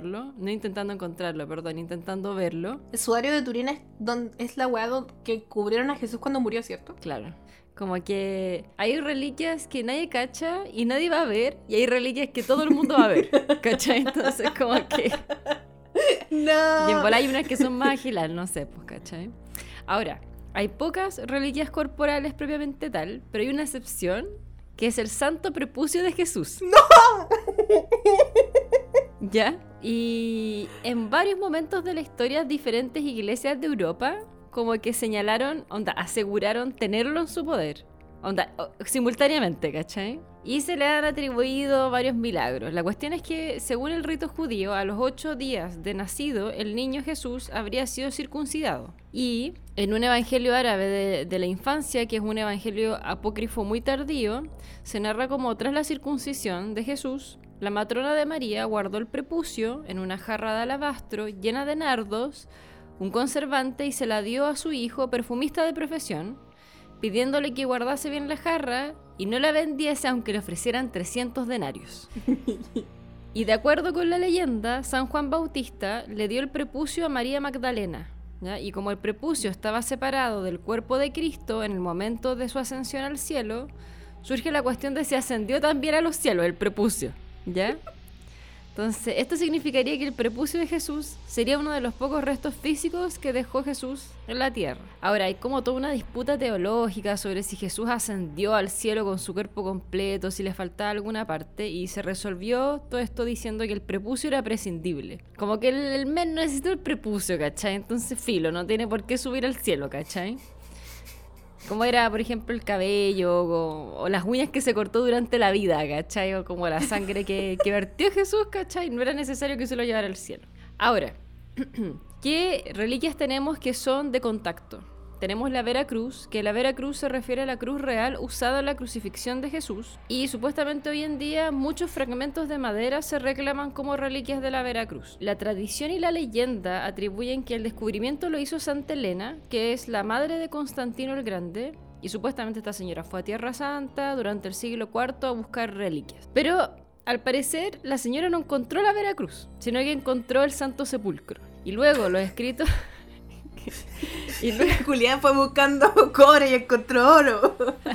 verlo. El sudario de Turín es la weá que cubrieron a Jesús cuando murió, ¿cierto? Claro. Como que hay reliquias que nadie cacha y nadie va a ver, y hay reliquias que todo el mundo va a ver, ¿cachai? Entonces como que... No. Y en bola hay unas que son más agiladas, no sé, pues, ¿cachai? Ahora, hay pocas reliquias corporales propiamente tal, pero hay una excepción, que es el santo prepucio de Jesús. ¡No! ¿Ya? Y en varios momentos de la historia, diferentes iglesias de Europa como que señalaron, aseguraron tenerlo en su poder. Simultáneamente, ¿cachai? Y se le han atribuido varios milagros. La cuestión es que, según el rito judío, a los 8 días de nacido, el niño Jesús habría sido circuncidado. Y en un evangelio árabe de la infancia, que es un evangelio apócrifo muy tardío, se narra como tras la circuncisión de Jesús, la matrona de María guardó el prepucio en una jarra de alabastro llena de nardos, un conservante, y se la dio a su hijo, perfumista de profesión, pidiéndole que guardase bien la jarra y no la vendiese aunque le ofrecieran 300 denarios. Y de acuerdo con la leyenda, San Juan Bautista le dio el prepucio a María Magdalena, ¿ya? Y como el prepucio estaba separado del cuerpo de Cristo en el momento de su ascensión al cielo, surge la cuestión de si ascendió también a los cielos el prepucio, ¿ya? Entonces, esto significaría que el prepucio de Jesús sería uno de los pocos restos físicos que dejó Jesús en la tierra. Ahora, hay como toda una disputa teológica sobre si Jesús ascendió al cielo con su cuerpo completo, si le faltaba alguna parte, y se resolvió todo esto diciendo que el prepucio era prescindible. Como que el men no necesitó el prepucio, ¿cachai? Entonces, filo, no tiene por qué subir al cielo, ¿cachai? Como era, por ejemplo, el cabello o las uñas que se cortó durante la vida, ¿cachai? O como la sangre que vertió Jesús, ¿cachai? No era necesario que se lo llevara al cielo. Ahora, ¿qué reliquias tenemos que son de contacto? Tenemos la Vera Cruz, que la Vera Cruz se refiere a la cruz real usada en la crucifixión de Jesús. Y supuestamente hoy en día muchos fragmentos de madera se reclaman como reliquias de la Vera Cruz. La tradición y la leyenda atribuyen que el descubrimiento lo hizo Santa Elena, que es la madre de Constantino el Grande. Y supuestamente esta señora fue a Tierra Santa durante el siglo IV a buscar reliquias. Pero al parecer la señora no encontró la Vera Cruz, sino que encontró el Santo Sepulcro. Y luego los escritos... Y Julián fue buscando cobre y encontró oro.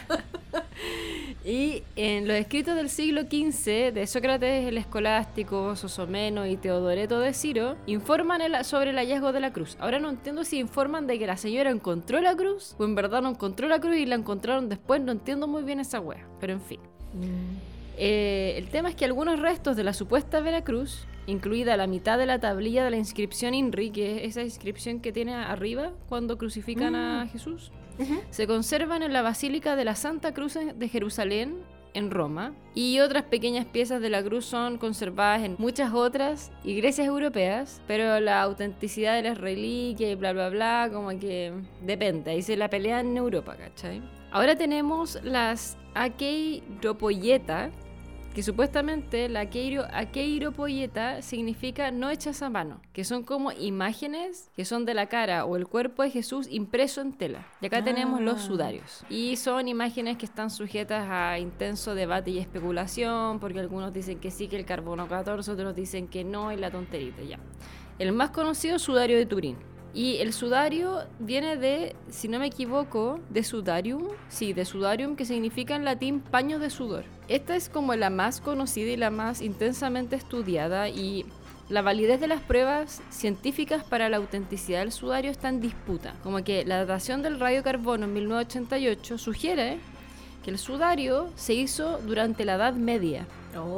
Y en los escritos del siglo XV de Sócrates el Escolástico, Sosomeno y Teodoreto de Ciro informan sobre el hallazgo de la cruz. Ahora no entiendo si informan de que la señora encontró la cruz o en verdad no encontró la cruz y la encontraron después. No entiendo muy bien esa wea, pero en fin. El tema es que algunos restos de la supuesta Veracruz, incluida la mitad de la tablilla de la inscripción INRI, que es esa inscripción que tiene arriba cuando crucifican a Jesús, se conservan en la Basílica de la Santa Cruz de Jerusalén, en Roma, y otras pequeñas piezas de la cruz son conservadas en muchas otras iglesias europeas, pero la autenticidad de las reliquias y bla bla bla, como que depende, ahí se la pelean en Europa, ¿cachai? Ahora tenemos las aqueiropoieta, que supuestamente la aqueiropoieta significa no hechas a mano, que son como imágenes que son de la cara o el cuerpo de Jesús impreso en tela. Y acá tenemos los sudarios. Y son imágenes que están sujetas a intenso debate y especulación, porque algunos dicen que sí, que el carbono 14, otros dicen que no, y la tonterita, ya. El más conocido, sudario de Turín. Y el sudario viene de, si no me equivoco, de sudarium. Sí, de sudarium, que significa en latín paño de sudor. Esta es como la más conocida y la más intensamente estudiada, y la validez de las pruebas científicas para la autenticidad del sudario está en disputa. Como que la datación del radiocarbono en 1988 sugiere que el sudario se hizo durante la Edad Media.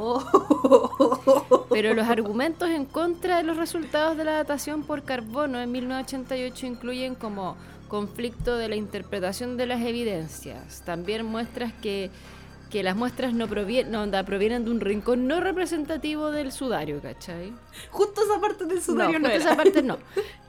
Pero los argumentos en contra de los resultados de la datación por carbono en 1988 incluyen como conflicto de la interpretación de las evidencias. También muestras que las muestras no provienen de un rincón no representativo del sudario, ¿cachai? Justo esa parte del sudario no justo era. Esa parte no.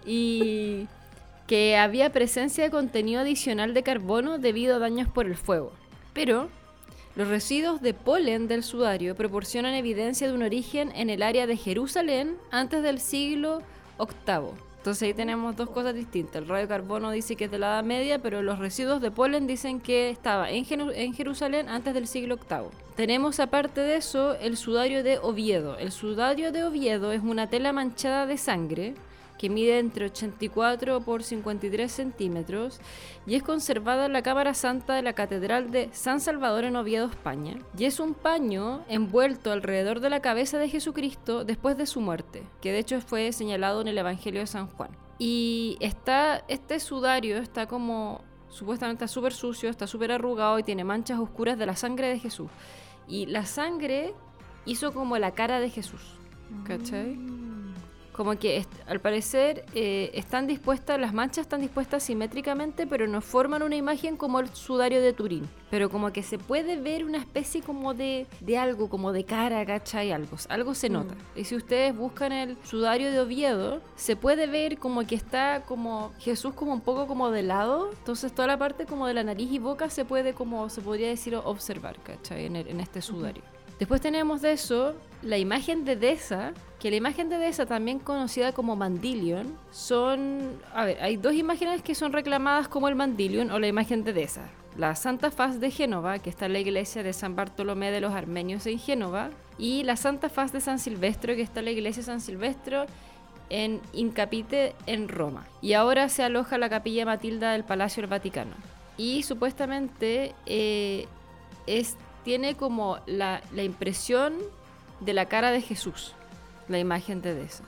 Y que había presencia de contenido adicional de carbono debido a daños por el fuego. Pero los residuos de polen del sudario proporcionan evidencia de un origen en el área de Jerusalén antes del siglo VIII. Entonces ahí tenemos dos cosas distintas. El radiocarbono dice que es de la Edad Media, pero los residuos de polen dicen que estaba en Jerusalén antes del siglo VIII. Tenemos aparte de eso el sudario de Oviedo. El sudario de Oviedo es una tela manchada de sangre que mide entre 84 por 53 centímetros y es conservada en la Cámara Santa de la Catedral de San Salvador en Oviedo, España. Y es un paño envuelto alrededor de la cabeza de Jesucristo después de su muerte, que de hecho fue señalado en el Evangelio de San Juan. Y este sudario está como, supuestamente está súper sucio, está súper arrugado y tiene manchas oscuras de la sangre de Jesús. Y la sangre hizo como la cara de Jesús, ¿cachai? Como que al parecer las manchas están dispuestas simétricamente, pero no forman una imagen como el sudario de Turín. Pero como que se puede ver una especie como de algo, como de cara, ¿cachai? Algo se nota. Y si ustedes buscan el sudario de Oviedo, se puede ver como que está como Jesús como un poco como de lado. Entonces toda la parte como de la nariz y boca se podría decir observar, ¿cachai? En este sudario. Después tenemos de eso la imagen de Deza, que la imagen de Deza, también conocida como Mandilion, hay dos imágenes que son reclamadas como el Mandilion o la imagen de Deza. La Santa Faz de Génova, que está en la iglesia de San Bartolomé de los Armenios en Génova, y la Santa Faz de San Silvestro, que está en la iglesia de San Silvestro en Incapite en Roma. Y ahora se aloja la Capilla Matilda del Palacio del Vaticano. Y supuestamente tiene como la impresión de la cara de Jesús, la imagen de Deza.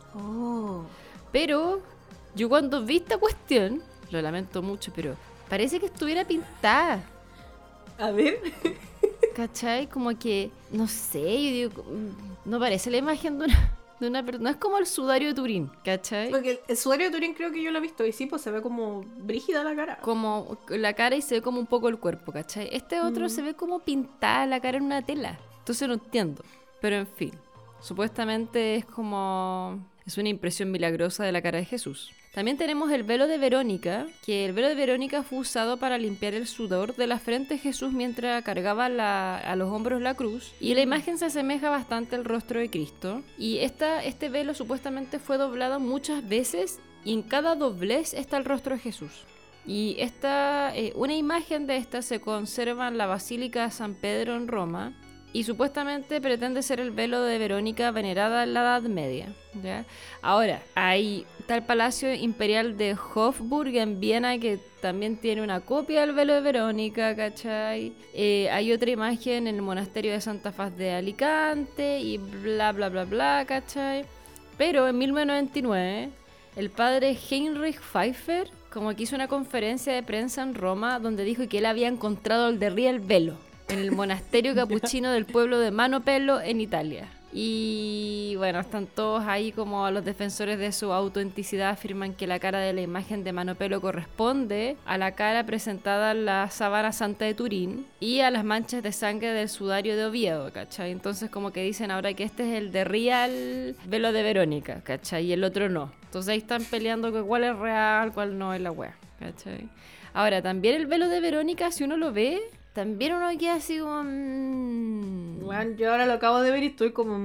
Pero yo cuando vi esta cuestión, lo lamento mucho, pero parece que estuviera pintada. A ver. ¿Cachai? Como que, no sé, yo digo, no parece la imagen de una persona. No es como el sudario de Turín, ¿cachai? Porque el sudario de Turín creo que yo lo he visto y sí, pues se ve como brígida la cara. Como la cara y se ve como un poco el cuerpo, ¿cachai? Este otro se ve como pintada la cara en una tela. Entonces no entiendo. Pero en fin, supuestamente es una impresión milagrosa de la cara de Jesús. También tenemos el velo de Verónica, que el velo de Verónica fue usado para limpiar el sudor de la frente de Jesús mientras cargaba a los hombros la cruz, y la imagen se asemeja bastante al rostro de Cristo. Y este velo supuestamente fue doblado muchas veces, y en cada doblez está el rostro de Jesús. Y una imagen de esta se conserva en la Basílica de San Pedro en Roma, y supuestamente pretende ser el velo de Verónica venerada en la Edad Media, ¿ya? Ahora, está el Palacio Imperial de Hofburg en Viena, que también tiene una copia del velo de Verónica, ¿cachai? Hay otra imagen en el monasterio de Santa Faz de Alicante y bla, bla, bla, bla, ¿cachai? Pero en 1999, el padre Heinrich Pfeiffer como que hizo una conferencia de prensa en Roma donde dijo que él había encontrado el de real velo, en el monasterio capuchino del pueblo de Manopello en Italia. Y bueno, están todos ahí como los defensores de su autenticidad afirman que la cara de la imagen de Manopello corresponde a la cara presentada en la Sábana Santa de Turín y a las manchas de sangre del sudario de Oviedo, ¿cachai? Entonces como que dicen ahora que este es el de real velo de Verónica, ¿cachai? Y el otro no. Entonces ahí están peleando que cuál es real, cuál no es la wea, ¿cachai? Ahora, también el velo de Verónica, si uno lo ve, también uno queda así como... Bueno, yo ahora lo acabo de ver y estoy como...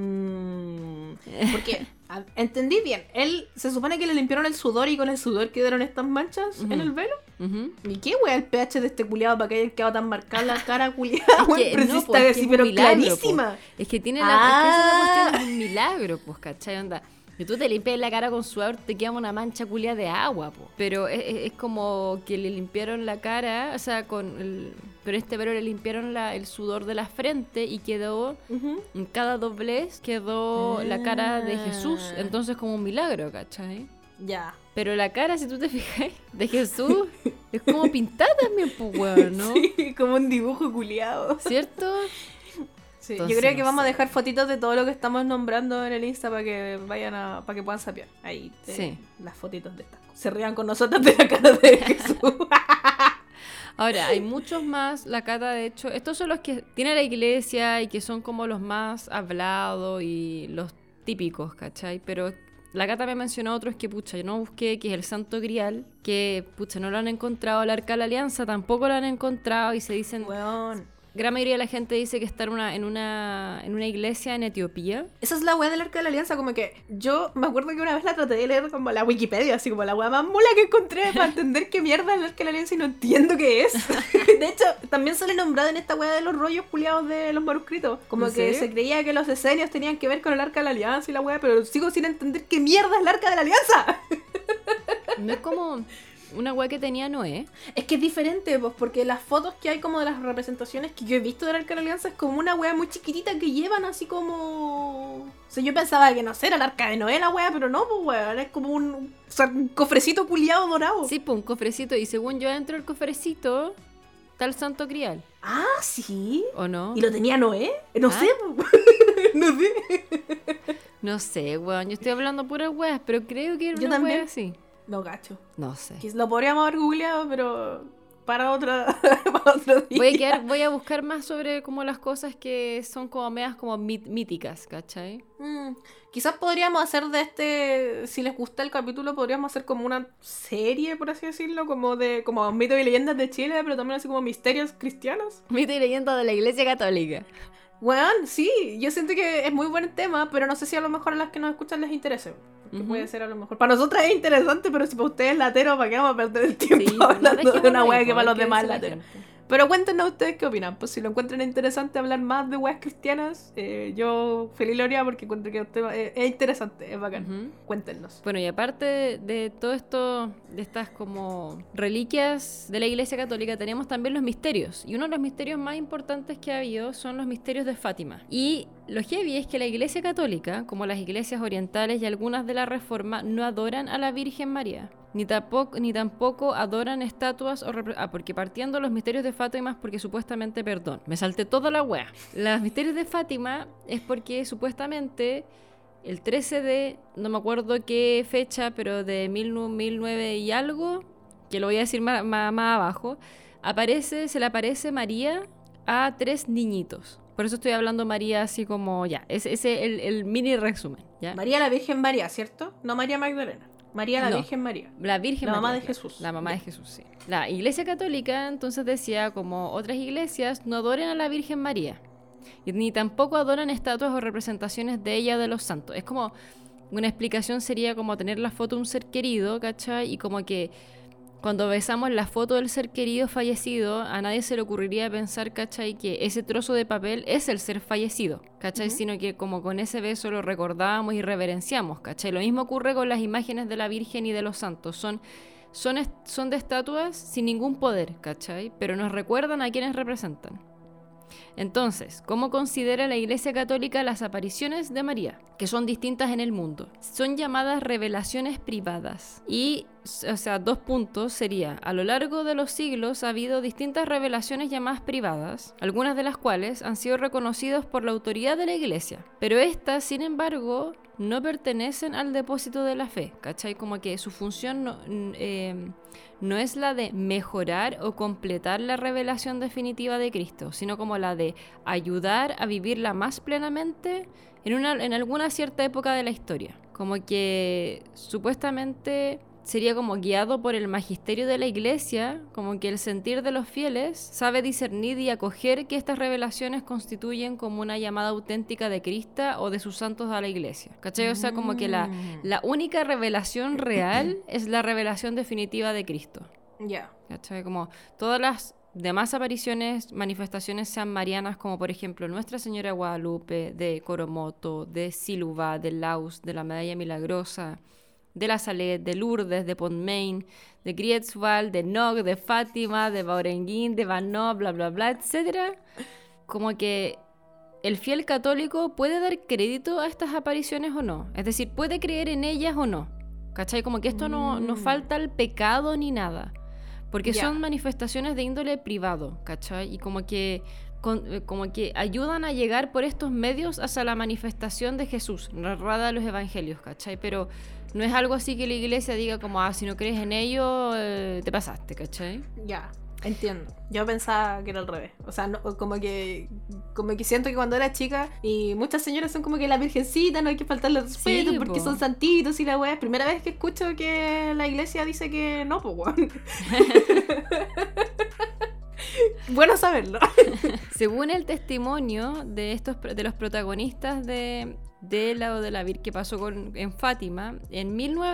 Porque, entendí bien, él se supone que le limpiaron el sudor y con el sudor quedaron estas manchas en el velo. ¿Y qué wea el pH de este culiado para que haya quedado tan marcada la cara culiada? Pero no, sí está así, pero milagro, clarísima. Es que tiene la... Es que esa es la cuestión, es un milagro, pues, ¿cachai? Onda... Si tú te limpias la cara con sudor, te queda una mancha culia de agua, po. Pero es como que le limpiaron la cara, o sea, con este velo le limpiaron el sudor de la frente y quedó, en cada doblez quedó la cara de Jesús. Entonces como un milagro, ¿cachai? Ya. Pero la cara, si tú te fijas, de Jesús es como pintada también, pues, weón, ¿no? Sí, como un dibujo culiado. ¿Cierto? Sí, Entonces, yo creo que no vamos a sé. dejar fotitos de todo lo que estamos nombrando en el Insta para que para que puedan sapear. Ahí Sí. las fotitos de estas cosas. Se rían con nosotros de la cara de Jesús. Ahora, hay muchos más, la cata de hecho, estos son los que tiene la iglesia y que son como los más hablados y los típicos, ¿cachai? Pero la cata me mencionó otros que, pucha, yo no busqué, que es el Santo Grial, que, pucha, no lo han encontrado, el Arca de la Alianza tampoco lo han encontrado y se dicen... Weón. Gran mayoría de la gente dice que está en una iglesia en Etiopía. Esa es la weá del Arca de la Alianza, como que yo me acuerdo que una vez la traté de leer como la Wikipedia, así como la weá más mula que encontré para entender qué mierda es el Arca de la Alianza y no entiendo qué es. De hecho, también sale nombrado en esta weá de los rollos culiados de los manuscritos. Como ¿En que serio? se creía que los esenios tenían que ver con el Arca de la Alianza y la weá, pero sigo sin entender qué mierda es el Arca de la Alianza. No es como una weá que tenía Noé. Es que es diferente, pues, porque las fotos que hay como de las representaciones que yo he visto del Arca de la Alianza es como una wea muy chiquitita que llevan así como... O sea, yo pensaba que no sé, era el Arca de Noé la wea, pero no, pues weón, es como un cofrecito culiado dorado. Sí, pues un cofrecito. Y según yo, dentro del cofrecito está el Santo Grial. Ah, sí. ¿O no? ¿Y lo tenía Noé? No Ah. sé, pues. No sé. No sé, weón. Yo estoy hablando puras weas, pero creo que era Yo una también. wea así. No, gacho. No sé. Lo podríamos haber googleado, pero para para otro día. Voy a buscar más sobre como las cosas que son como medias como míticas, ¿cachai? Quizás podríamos hacer de si les gusta el capítulo, podríamos hacer como una serie, por así decirlo, como mitos y leyendas de Chile, pero también así como misterios cristianos. Mito y leyenda de la Iglesia Católica. Weón, sí, yo siento que es muy buen tema, pero no sé si a lo mejor a las que nos escuchan les interese. Que puede ser a lo mejor. Para nosotras es interesante, pero si para ustedes es latero, ¿para qué vamos a perder el tiempo Sí, pues, no, hablando de una dejémoslo wea ahí, que pues, para los hay que demás es decirle a la latero? gente. Pero cuéntenos ustedes qué opinan. Pues si lo encuentran interesante hablar más de weas cristianas, yo feliz Loria porque encuentro que el tema es interesante, es bacán. Ujú. Cuéntenos. Bueno, y aparte de todo esto, de estas como reliquias de la Iglesia Católica, tenemos también los misterios. Y uno de los misterios más importantes que ha habido son los misterios de Fátima. Y lo heavy es que la Iglesia Católica, como las iglesias orientales y algunas de la Reforma, no adoran a la Virgen María. Ni tampoco adoran estatuas porque partiendo los misterios de Fátima es porque supuestamente, perdón, me salté toda la wea. Los misterios de Fátima es porque supuestamente el 13 de, no me acuerdo qué fecha, pero de 1009 y algo, que lo voy a decir más abajo, se le aparece María a 3 niñitos. Por eso estoy hablando María así como, ya, ese es el mini resumen, ¿ya? María la Virgen María, ¿cierto? No María Magdalena. María la No. Virgen María. La Virgen La mamá María, de claro. Jesús. La mamá de Jesús, sí. La Iglesia Católica entonces decía, como otras iglesias, no adoren a la Virgen María. Ni tampoco adoran estatuas o representaciones de ella o de los santos. Es como, una explicación sería como tener la foto de un ser querido, ¿cachai? Y como que cuando besamos la foto del ser querido fallecido, a nadie se le ocurriría pensar, ¿cachai? Que ese trozo de papel es el ser fallecido, ¿cachai? Sino que como con ese beso lo recordamos y reverenciamos, ¿cachai? Lo mismo ocurre con las imágenes de la Virgen y de los santos. Son de estatuas sin ningún poder, ¿cachai? Pero nos recuerdan a quienes representan. Entonces, ¿cómo considera la Iglesia Católica las apariciones de María? Que son distintas en el mundo. Son llamadas revelaciones privadas. Y, o sea, 2 puntos sería, a lo largo de los siglos ha habido distintas revelaciones llamadas privadas, algunas de las cuales han sido reconocidas por la autoridad de la Iglesia. Pero estas, sin embargo, no pertenecen al depósito de la fe, ¿cachai? Como que su función no es la de mejorar o completar la revelación definitiva de Cristo, sino como la de ayudar a vivirla más plenamente en alguna cierta época de la historia. Como que supuestamente sería como guiado por el magisterio de la Iglesia, como que el sentir de los fieles sabe discernir y acoger que estas revelaciones constituyen como una llamada auténtica de Cristo o de sus santos a la Iglesia. ¿Cachai? O sea, como que la única revelación real es la revelación definitiva de Cristo. Ya. ¿Cachai? Como todas las demás apariciones, manifestaciones sean marianas, como por ejemplo Nuestra Señora de Guadalupe, de Coromoto, de Silva, de Laus, de la Medalla Milagrosa, de la Salet, de Lourdes, de Pontmain, de Grietzwald, de Nog, de Fátima, de Baurenguín, de Vanno, bla, bla, bla, etc. Como que el fiel católico puede dar crédito a estas apariciones o no. Es decir, puede creer en ellas o no. ¿Cachai? Como que esto no falta al pecado ni nada. Porque son manifestaciones de índole privado, ¿cachai? Y como que ayudan a llegar por estos medios hacia la manifestación de Jesús, narrada de los evangelios, ¿cachai? Pero no es algo así que la Iglesia diga como, si no crees en ello, te pasaste, ¿cachai? Ya, entiendo. Yo pensaba que era al revés. O sea, no, como que siento que cuando era chica, y muchas señoras son como que la virgencita, no hay que faltarle respeto, sí, porque son santitos y la weá. Primera vez que escucho que la Iglesia dice que no, pues weón. Bueno saberlo. Según el testimonio de los protagonistas de la Vir que pasó en Fátima, en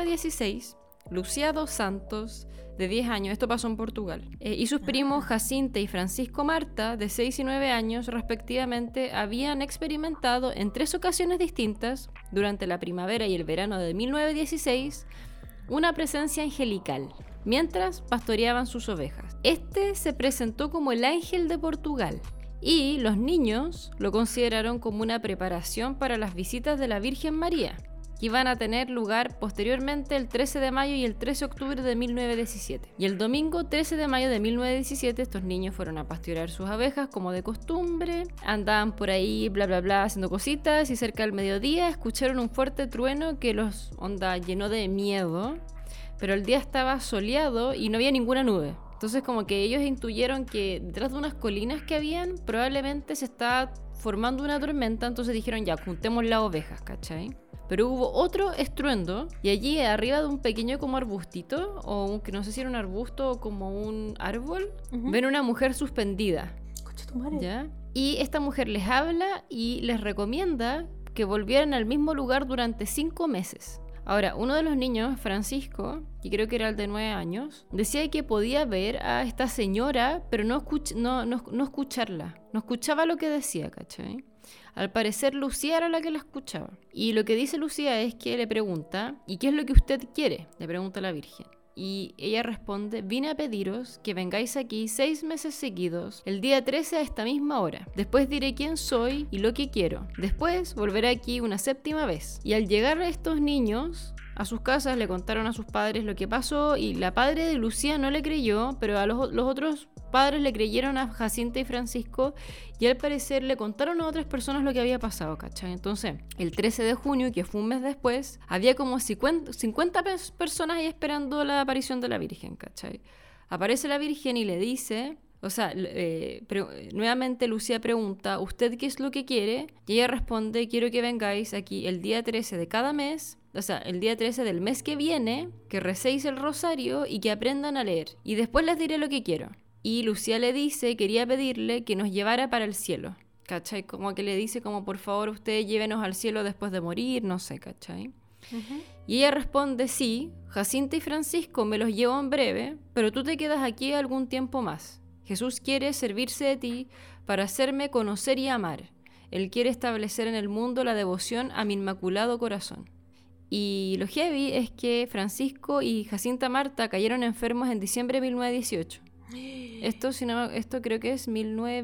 1916, Lucía dos Santos, de 10 años, esto pasó en Portugal, y sus primos Jacinta y Francisco Marta, de 6 y 9 años respectivamente, habían experimentado en 3 ocasiones distintas, durante la primavera y el verano de 1916, una presencia angelical, mientras pastoreaban sus ovejas. Este se presentó como el ángel de Portugal, y los niños lo consideraron como una preparación para las visitas de la Virgen María, que iban a tener lugar posteriormente el 13 de mayo y el 13 de octubre de 1917. Y el domingo 13 de mayo de 1917 estos niños fueron a pastorear sus abejas como de costumbre, andaban por ahí bla bla bla haciendo cositas, y cerca del mediodía escucharon un fuerte trueno que los llenó de miedo, pero el día estaba soleado y no había ninguna nube. Entonces como que ellos intuyeron que detrás de unas colinas que habían probablemente se estaba formando una tormenta, entonces dijeron ya, juntemos las ovejas, ¿cachai? Pero hubo otro estruendo, y allí arriba de un pequeño como arbustito, que no sé si era un arbusto o como un árbol, ven una mujer suspendida. Concha tu madre. ¿Ya? Y esta mujer les habla y les recomienda que volvieran al mismo lugar durante 5 meses. Ahora, uno de los niños, Francisco, que creo que era el de 9 años, decía que podía ver a esta señora, pero no escucharla. No escuchaba lo que decía, ¿cachai? Al parecer Lucía era la que la escuchaba. Y lo que dice Lucía es que le pregunta, ¿y qué es lo que usted quiere?, le pregunta a la Virgen. Y ella responde, vine a pediros que vengáis aquí 6 meses seguidos, el día 13 a esta misma hora. Después diré quién soy y lo que quiero. Después volveré aquí una 7ª vez. Y al llegar a estos niños a sus casas le contaron a sus padres lo que pasó, y la padre de Lucía no le creyó, pero a los otros padres le creyeron a Jacinta y Francisco, y al parecer le contaron a otras personas lo que había pasado, ¿cachai? Entonces, el 13 de junio, que fue un mes después, había como 50 personas ahí esperando la aparición de la Virgen, ¿cachai? Aparece la Virgen y le dice... O sea, nuevamente Lucía pregunta, ¿usted qué es lo que quiere? Y ella responde, quiero que vengáis aquí el día 13 de cada mes, o sea, el día 13 del mes que viene, que recéis el rosario y que aprendan a leer. Y después les diré lo que quiero. Y Lucía le dice, quería pedirle que nos llevara para el cielo. ¿Cachai? Como que le dice, como por favor usted llévenos al cielo después de morir, no sé, ¿cachai? Y ella responde, sí, Jacinta y Francisco me los llevo en breve, pero tú te quedas aquí algún tiempo más. Jesús quiere servirse de ti para hacerme conocer y amar. Él quiere establecer en el mundo la devoción a mi inmaculado corazón. Y lo heavy es que Francisco y Jacinta Marta cayeron enfermos en diciembre de 1918. Esto creo que es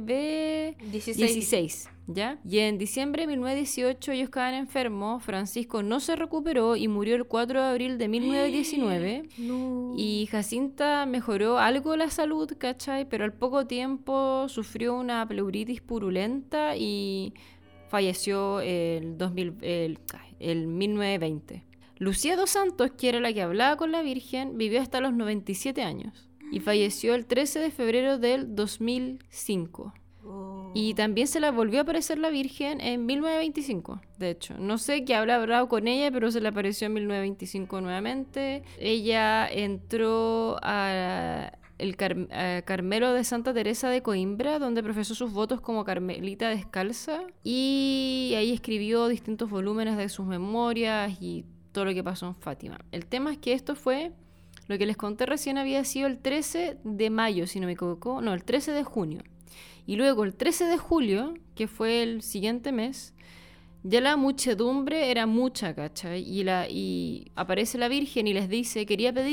1916, ¿ya? Y en diciembre de 1918 ellos quedaban enfermos, Francisco no se recuperó y murió el 4 de abril de 1919. No. Y Jacinta mejoró algo la salud, ¿cachai? Pero al poco tiempo sufrió una pleuritis purulenta y falleció el 1920. Lucía dos Santos, que era la que hablaba con la Virgen, vivió hasta los 97 años y falleció el 13 de febrero del 2005. Y también se la volvió a aparecer la Virgen en 1925, de hecho. No sé qué habrá hablado con ella, pero se le apareció en 1925 nuevamente. Ella entró a Carmelo de Santa Teresa de Coimbra, donde profesó sus votos como carmelita descalza. Y ahí escribió distintos volúmenes de sus memorias y todo lo que pasó en Fátima. El tema es que esto fue... Lo que les conté recién había sido el 13 de mayo, si no me equivoco. No, el 13 de junio. Y luego el 13 de julio, que fue el siguiente mes, ya la muchedumbre era mucha, ¿cachai? Y aparece la Virgen y les dice,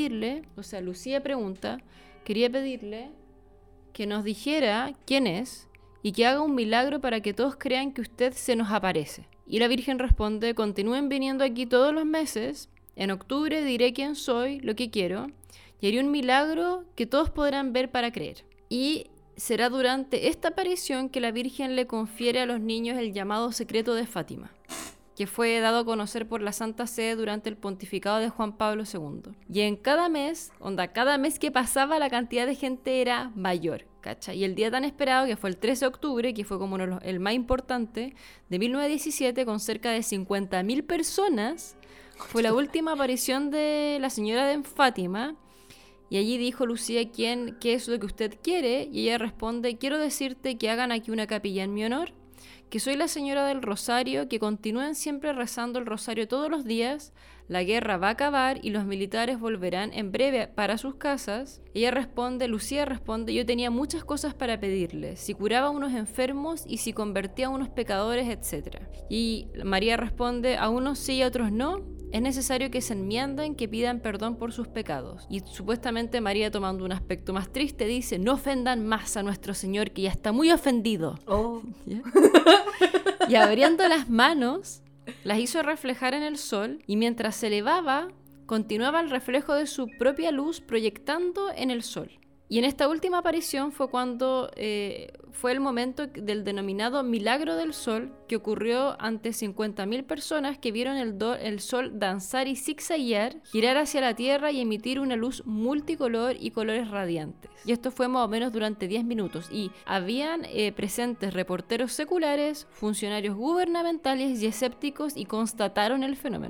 Lucía pregunta, quería pedirle que nos dijera quién es y que haga un milagro para que todos crean que usted se nos aparece. Y la Virgen responde, continúen viniendo aquí todos los meses, en octubre diré quién soy, lo que quiero, y haré un milagro que todos podrán ver para creer. Y será durante esta aparición que la Virgen le confiere a los niños el llamado secreto de Fátima, que fue dado a conocer por la Santa Sede durante el pontificado de Juan Pablo II. Y en cada mes que pasaba la cantidad de gente era mayor, ¿cachai? Y el día tan esperado, que fue el 13 de octubre, que fue como el más importante, de 1917, con cerca de 50.000 personas, fue la última aparición de la señora de Fátima. Y allí dijo Lucía, ¿qué es lo que usted quiere? Y ella responde, quiero decirte que hagan aquí una capilla en mi honor, que soy la señora del Rosario, que continúen siempre rezando el Rosario todos los días, la guerra va a acabar y los militares volverán en breve para sus casas. Lucía responde, yo tenía muchas cosas para pedirle, si curaba a unos enfermos y si convertía a unos pecadores, etc. Y María responde, a unos sí y a otros no. Es necesario que se enmienden, que pidan perdón por sus pecados. Y supuestamente María, tomando un aspecto más triste, dice, no ofendan más a nuestro Señor, que ya está muy ofendido. ¿Yeah? Y abriendo las manos, las hizo reflejar en el sol, y mientras se elevaba, continuaba el reflejo de su propia luz proyectando en el sol. Y en esta última aparición fue cuando fue el momento del denominado Milagro del Sol, que ocurrió ante 50.000 personas que vieron el sol danzar y zigzaguear, girar hacia la tierra y emitir una luz multicolor y colores radiantes. Y esto fue más o menos durante 10 minutos. Y habían presentes reporteros seculares, funcionarios gubernamentales y escépticos, y constataron el fenómeno.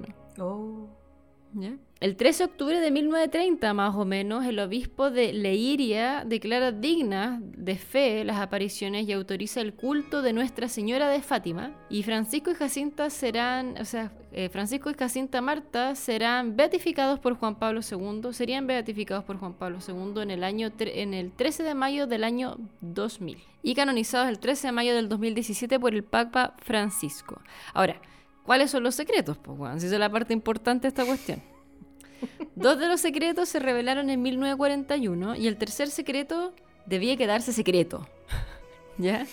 ¿Ya? El 13 de octubre de 1930, más o menos, el obispo de Leiria declara dignas de fe las apariciones y autoriza el culto de Nuestra Señora de Fátima. Y Francisco y Jacinta Marta serían beatificados por Juan Pablo II en el 13 de mayo del año 2000 y canonizados el 13 de mayo del 2017 por el Papa Francisco. Ahora, ¿cuáles son los secretos? Pues bueno, si esa es la parte importante de esta cuestión. 2 de los secretos se revelaron en 1941 y el tercer secreto debía quedarse secreto. ¿Ya?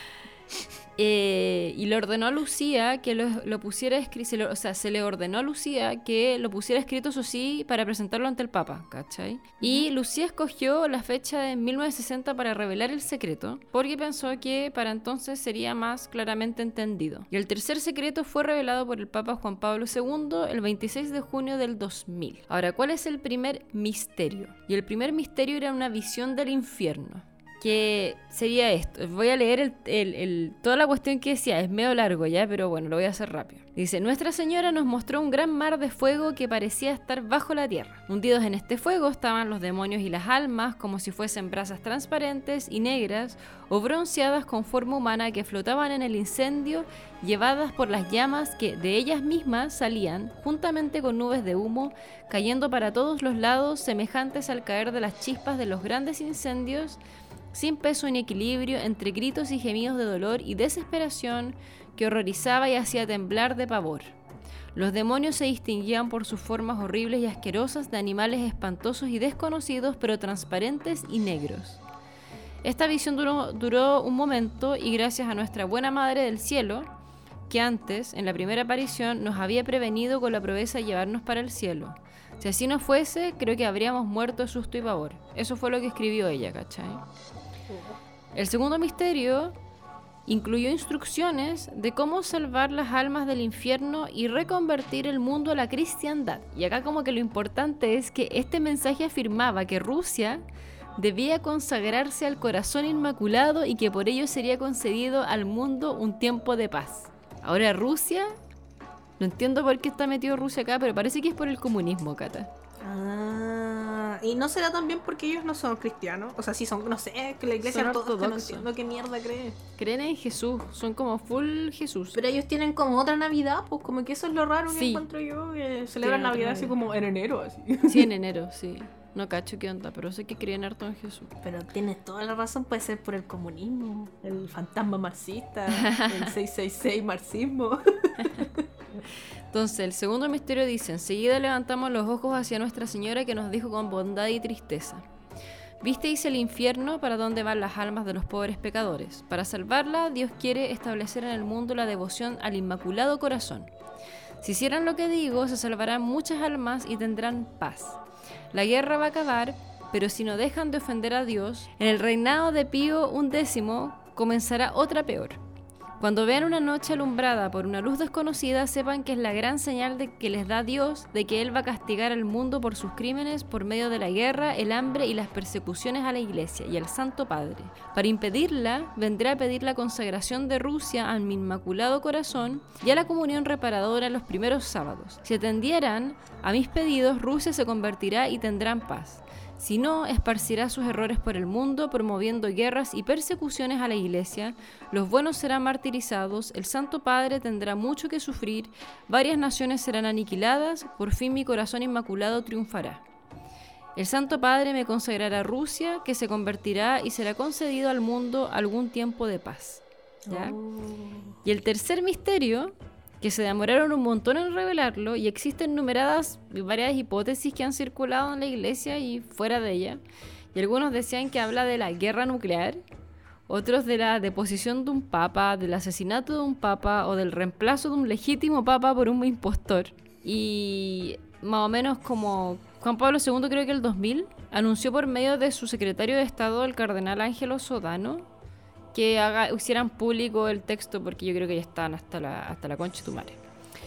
Y le ordenó a Lucía que lo pusiera escrito, se le ordenó a Lucía que lo pusiera escrito, eso sí, para presentarlo ante el Papa, ¿cachai? Y Lucía escogió la fecha de 1960 para revelar el secreto, porque pensó que para entonces sería más claramente entendido. Y el tercer secreto fue revelado por el Papa Juan Pablo II el 26 de junio del 2000. Ahora, ¿cuál es el primer misterio? Y el primer misterio era una visión del infierno, que sería esto. Voy a leer toda la cuestión que decía, es medio largo ya, pero bueno, lo voy a hacer rápido. Dice, Nuestra Señora nos mostró un gran mar de fuego que parecía estar bajo la tierra. Hundidos en este fuego estaban los demonios y las almas, como si fuesen brasas transparentes y negras o bronceadas con forma humana que flotaban en el incendio, llevadas por las llamas que de ellas mismas salían, juntamente con nubes de humo, cayendo para todos los lados, semejantes al caer de las chispas de los grandes incendios, sin peso ni equilibrio, entre gritos y gemidos de dolor y desesperación que horrorizaba y hacía temblar de pavor. Los demonios se distinguían por sus formas horribles y asquerosas de animales espantosos y desconocidos, pero transparentes y negros. Esta visión duró un momento y gracias a nuestra buena Madre del Cielo, que antes, en la primera aparición, nos había prevenido con la promesa de llevarnos para el cielo. Si así no fuese, creo que habríamos muerto de susto y pavor. Eso fue lo que escribió ella, ¿cachai? El segundo misterio incluyó instrucciones de cómo salvar las almas del infierno y reconvertir el mundo a la cristiandad. Y acá como que lo importante es que este mensaje afirmaba que Rusia debía consagrarse al corazón inmaculado y que por ello sería concedido al mundo un tiempo de paz. Ahora Rusia, no entiendo por qué está metido Rusia acá, pero parece que es por el comunismo, Cata. Y no será también porque ellos no son cristianos. O sea, sí son, no sé, que la iglesia Son ortodoxa, no ortodoxos. entiendo qué mierda cree. Creen en Jesús, son como full Jesús. Pero ellos tienen como otra Navidad, pues como que eso es lo raro que Sí. encuentro yo, que celebran Tienen otra Navidad así Navidad. como en enero, así. Sí, en enero, sí. No cacho qué onda, pero sé que creen harto en Jesús. Pero tienes toda la razón, puede ser por el comunismo, el fantasma marxista, el 666 marxismo. Entonces, el segundo misterio dice: enseguida levantamos los ojos hacia Nuestra Señora, que nos dijo con bondad y tristeza: visteis el infierno, para donde van las almas de los pobres pecadores. Para salvarla, Dios quiere establecer en el mundo la devoción al Inmaculado Corazón. Si hicieran lo que digo, se salvarán muchas almas y tendrán paz. La guerra va a acabar, pero si no dejan de ofender a Dios, en el reinado de Pío XI comenzará otra peor. Cuando vean una noche alumbrada por una luz desconocida, sepan que es la gran señal de que les da Dios, de que Él va a castigar al mundo por sus crímenes por medio de la guerra, el hambre y las persecuciones a la Iglesia y al Santo Padre. Para impedirla, vendré a pedir la consagración de Rusia a mi Inmaculado Corazón y a la comunión reparadora los primeros sábados. Si atendieran a mis pedidos, Rusia se convertirá y tendrán paz. Si no, esparcirá sus errores por el mundo, promoviendo guerras y persecuciones a la Iglesia. Los buenos serán martirizados, el Santo Padre tendrá mucho que sufrir, varias naciones serán aniquiladas, por fin mi corazón inmaculado triunfará. El Santo Padre me consagrará a Rusia, que se convertirá y será concedido al mundo algún tiempo de paz. ¿Ya? Y el tercer misterio, que se demoraron un montón en revelarlo, y existen numeradas y varias hipótesis que han circulado en la iglesia y fuera de ella, y algunos decían que habla de la guerra nuclear, otros de la deposición de un papa, del asesinato de un papa o del reemplazo de un legítimo papa por un impostor. Y más o menos como Juan Pablo II, creo que el 2000, anunció por medio de su secretario de Estado, el cardenal Ángelo Sodano, que hicieran público el texto, porque yo creo que ya están hasta la concha de tu madre.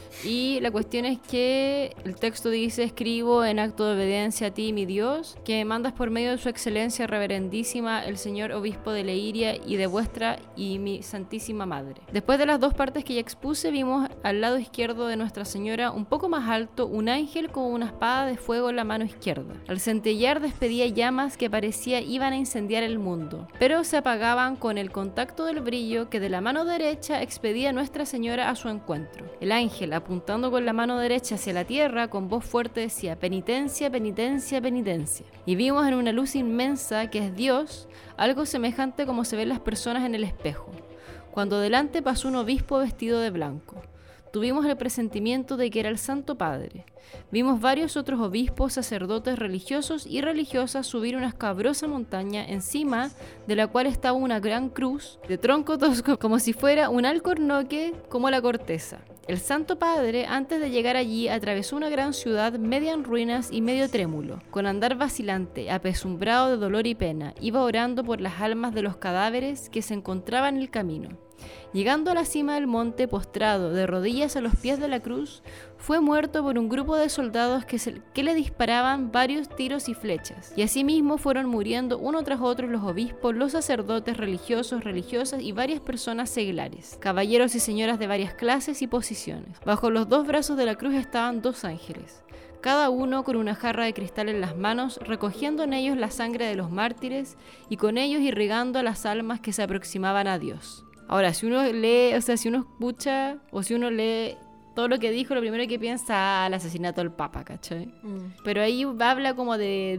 Y la cuestión es que el texto dice: escribo en acto de obediencia a ti, mi Dios, que me mandas por medio de su excelencia reverendísima el señor obispo de Leiria y de vuestra y mi santísima madre. Después de las dos partes que ya expuse, vimos al lado izquierdo de Nuestra Señora, un poco más alto, un ángel con una espada de fuego en la mano izquierda. Al centellear despedía llamas que parecía iban a incendiar el mundo, pero se apagaban con el contacto del brillo que de la mano derecha expedía Nuestra Señora a su encuentro. El ángel, apuntando con la mano derecha hacia la tierra, con voz fuerte decía: penitencia, penitencia, penitencia. Y vimos en una luz inmensa, que es Dios, algo semejante como se ven las personas en el espejo, cuando delante pasó un obispo vestido de blanco. Tuvimos el presentimiento de que era el Santo Padre. Vimos varios otros obispos, sacerdotes, religiosos y religiosas subir una escabrosa montaña, encima de la cual estaba una gran cruz de tronco tosco, como si fuera un alcornoque, como la corteza. El Santo Padre, antes de llegar allí, atravesó una gran ciudad media en ruinas y medio trémulo. Con andar vacilante, apesumbrado de dolor y pena, iba orando por las almas de los cadáveres que se encontraban en el camino. Llegando a la cima del monte, postrado de rodillas a los pies de la cruz, fue muerto por un grupo de soldados que le disparaban varios tiros y flechas. Y asimismo fueron muriendo uno tras otro los obispos, los sacerdotes, religiosos, religiosas y varias personas seglares, caballeros y señoras de varias clases y posiciones. Bajo los dos brazos de la cruz estaban dos ángeles, cada uno con una jarra de cristal en las manos, recogiendo en ellos la sangre de los mártires y con ellos irrigando a las almas que se aproximaban a Dios. Ahora, si uno lee, si uno escucha o si uno lee todo lo que dijo, lo primero que piensa al asesinato del Papa, ¿cachai? Pero ahí habla como de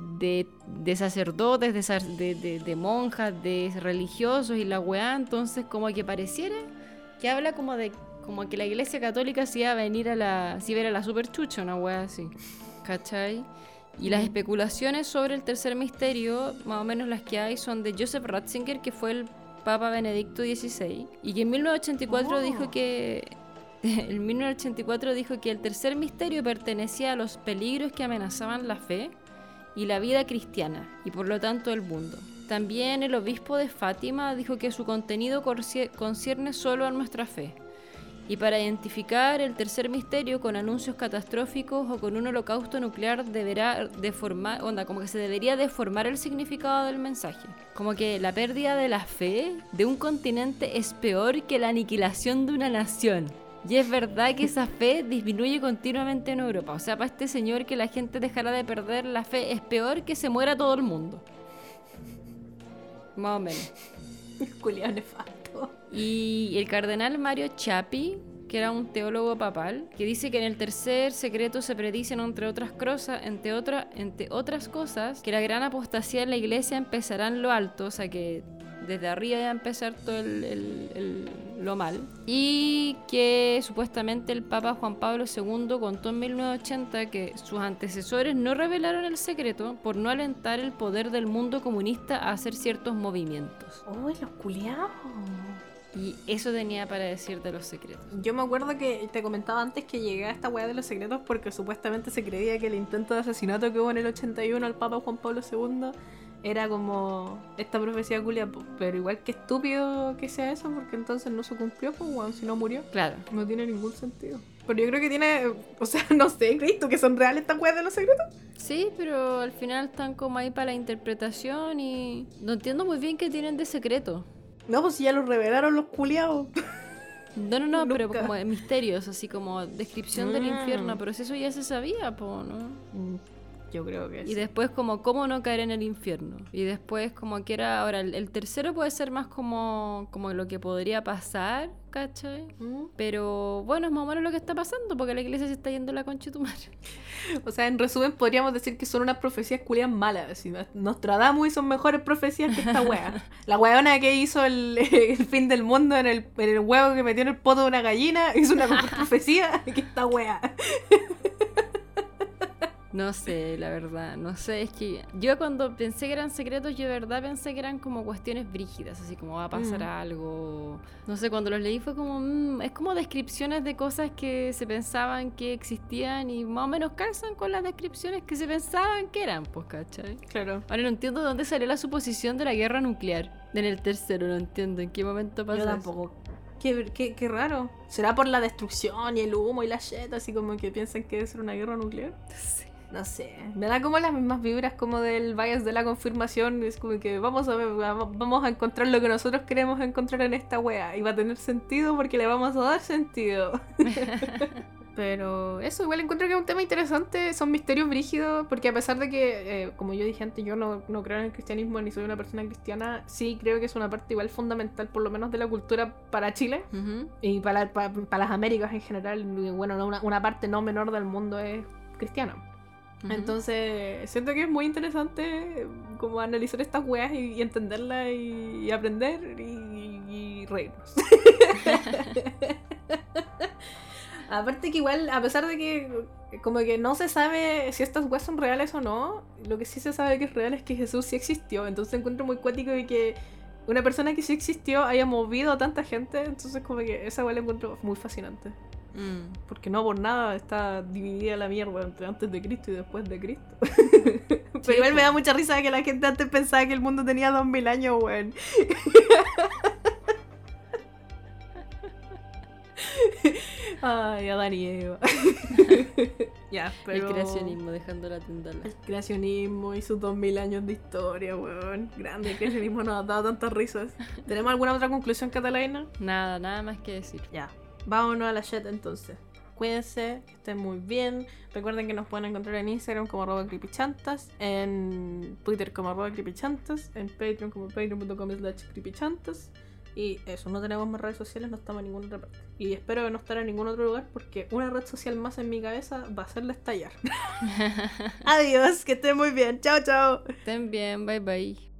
sacerdotes, de monjas, de religiosos y la weá, entonces como que pareciera que habla como de como que la Iglesia Católica se iba a venir a la... se iba a ir a la superchucha, una wea así, ¿cachai? Y las especulaciones sobre el tercer misterio, más o menos las que hay, son de Joseph Ratzinger, que fue el Papa Benedicto XVI, y que en 1984 dijo que... En 1984 dijo que el tercer misterio pertenecía a los peligros que amenazaban la fe y la vida cristiana, y por lo tanto el mundo. También el obispo de Fátima dijo que su contenido concierne solo a nuestra fe. Y para identificar el tercer misterio con anuncios catastróficos o con un holocausto nuclear deberá deformar, como que se debería deformar el significado del mensaje. Como que la pérdida de la fe de un continente es peor que la aniquilación de una nación. Y es verdad que esa fe disminuye continuamente en Europa. O sea, para este señor que la gente dejará de perder la fe es peor que se muera todo el mundo. Más o menos. Culiao nefasto. Y el cardenal Mario Ciappi, que era un teólogo papal, que dice que en el tercer secreto se predicen, entre otras cosas, que la gran apostasía en la iglesia empezará en lo alto, o sea que desde arriba ya empezar todo lo mal, y que supuestamente el Papa Juan Pablo II contó en 1980 que sus antecesores no revelaron el secreto por no alentar el poder del mundo comunista a hacer ciertos movimientos. ¡Uy, los culiados! Y eso tenía para decir de los secretos. Yo me acuerdo que te comentaba antes que llegué a esta weá de los secretos porque supuestamente se creía que el intento de asesinato que hubo en el 81 al Papa Juan Pablo II era como esta profecía culia, pero igual que estúpido que sea eso, porque entonces no se cumplió, pues weón, si no murió. Claro. No tiene ningún sentido. Pero yo creo que tiene, o sea, no sé, Cristo, que son reales estas weas de los secretos. Sí, pero al final están como ahí para la interpretación y no entiendo muy bien qué tienen de secreto. No, pues si ya los revelaron los culiados. No, pero como misterios, así como descripción del infierno, pero si eso ya se sabía, po, ¿no? Yo creo que sí. Y después como cómo no caer en el infierno. Y después como que era... Ahora, el tercero puede ser más como lo que podría pasar, ¿cachai? Pero bueno, es más o menos lo que está pasando, porque la iglesia se está yendo a la concha de tu madre. O sea, en resumen podríamos decir que son unas profecías culias malas. Así, Nostradamus hizo mejores profecías que esta wea. La weona que hizo el fin del mundo en el huevo que metió en el poto de una gallina hizo una mejor profecía que esta wea. No sé, la verdad, no sé, es que yo cuando pensé que eran secretos, yo de verdad pensé que eran como cuestiones brígidas, así como va a pasar algo, no sé, cuando los leí fue como, es como descripciones de cosas que se pensaban que existían y más o menos calzan con las descripciones que se pensaban que eran, pues, ¿cachai? Claro. Ahora no entiendo de dónde salió la suposición de la guerra nuclear, en el tercero, no entiendo en qué momento pasó. Yo tampoco. Qué raro. ¿Será por la destrucción y el humo y la shit, así como que piensan que debe ser una guerra nuclear? Sí. No sé, me da como las mismas vibras como del bias de la confirmación. Es como que vamos a encontrar lo que nosotros queremos encontrar en esta wea y va a tener sentido porque le vamos a dar sentido. Pero eso, igual encuentro que es un tema interesante. Son misterios brígidos porque a pesar de que, como yo dije antes, yo no creo en el cristianismo ni soy una persona cristiana, sí creo que es una parte igual fundamental, por lo menos de la cultura para Chile y para las Américas en general. Y bueno, una parte no menor del mundo es cristiana. Entonces siento que es muy interesante como analizar estas weas y entenderlas y aprender y reírnos. Aparte que igual, a pesar de que como que no se sabe si estas weas son reales o no, lo que sí se sabe que es real es que Jesús sí existió. Entonces encuentro muy cuático de que una persona que sí existió haya movido a tanta gente. Entonces como que esa wea la encuentro muy fascinante. Porque no por nada está dividida la mierda entre antes de Cristo y después de Cristo. Pero sí, igual me da mucha risa que la gente antes pensaba que el mundo tenía 2000 años, weón. Ay, Adán y Eva. Ya, pero... El creacionismo, dejando la tendala. El creacionismo y sus 2000 años de historia, weón. Grande, el creacionismo nos ha dado tantas risas. ¿Tenemos alguna otra conclusión, Catalina? Nada más que decir. Ya. Vámonos a la chat entonces. Cuídense, que estén muy bien. Recuerden que nos pueden encontrar en Instagram como @creepychantas, en Twitter como @creepychantas, en Patreon como patreon.com/creepychantas. Y eso, no tenemos más redes sociales, no estamos en ninguna otra parte. Y espero no estar en ningún otro lugar porque una red social más en mi cabeza va a hacerla estallar. Adiós, que estén muy bien. Chao, chao. Estén bien, bye bye.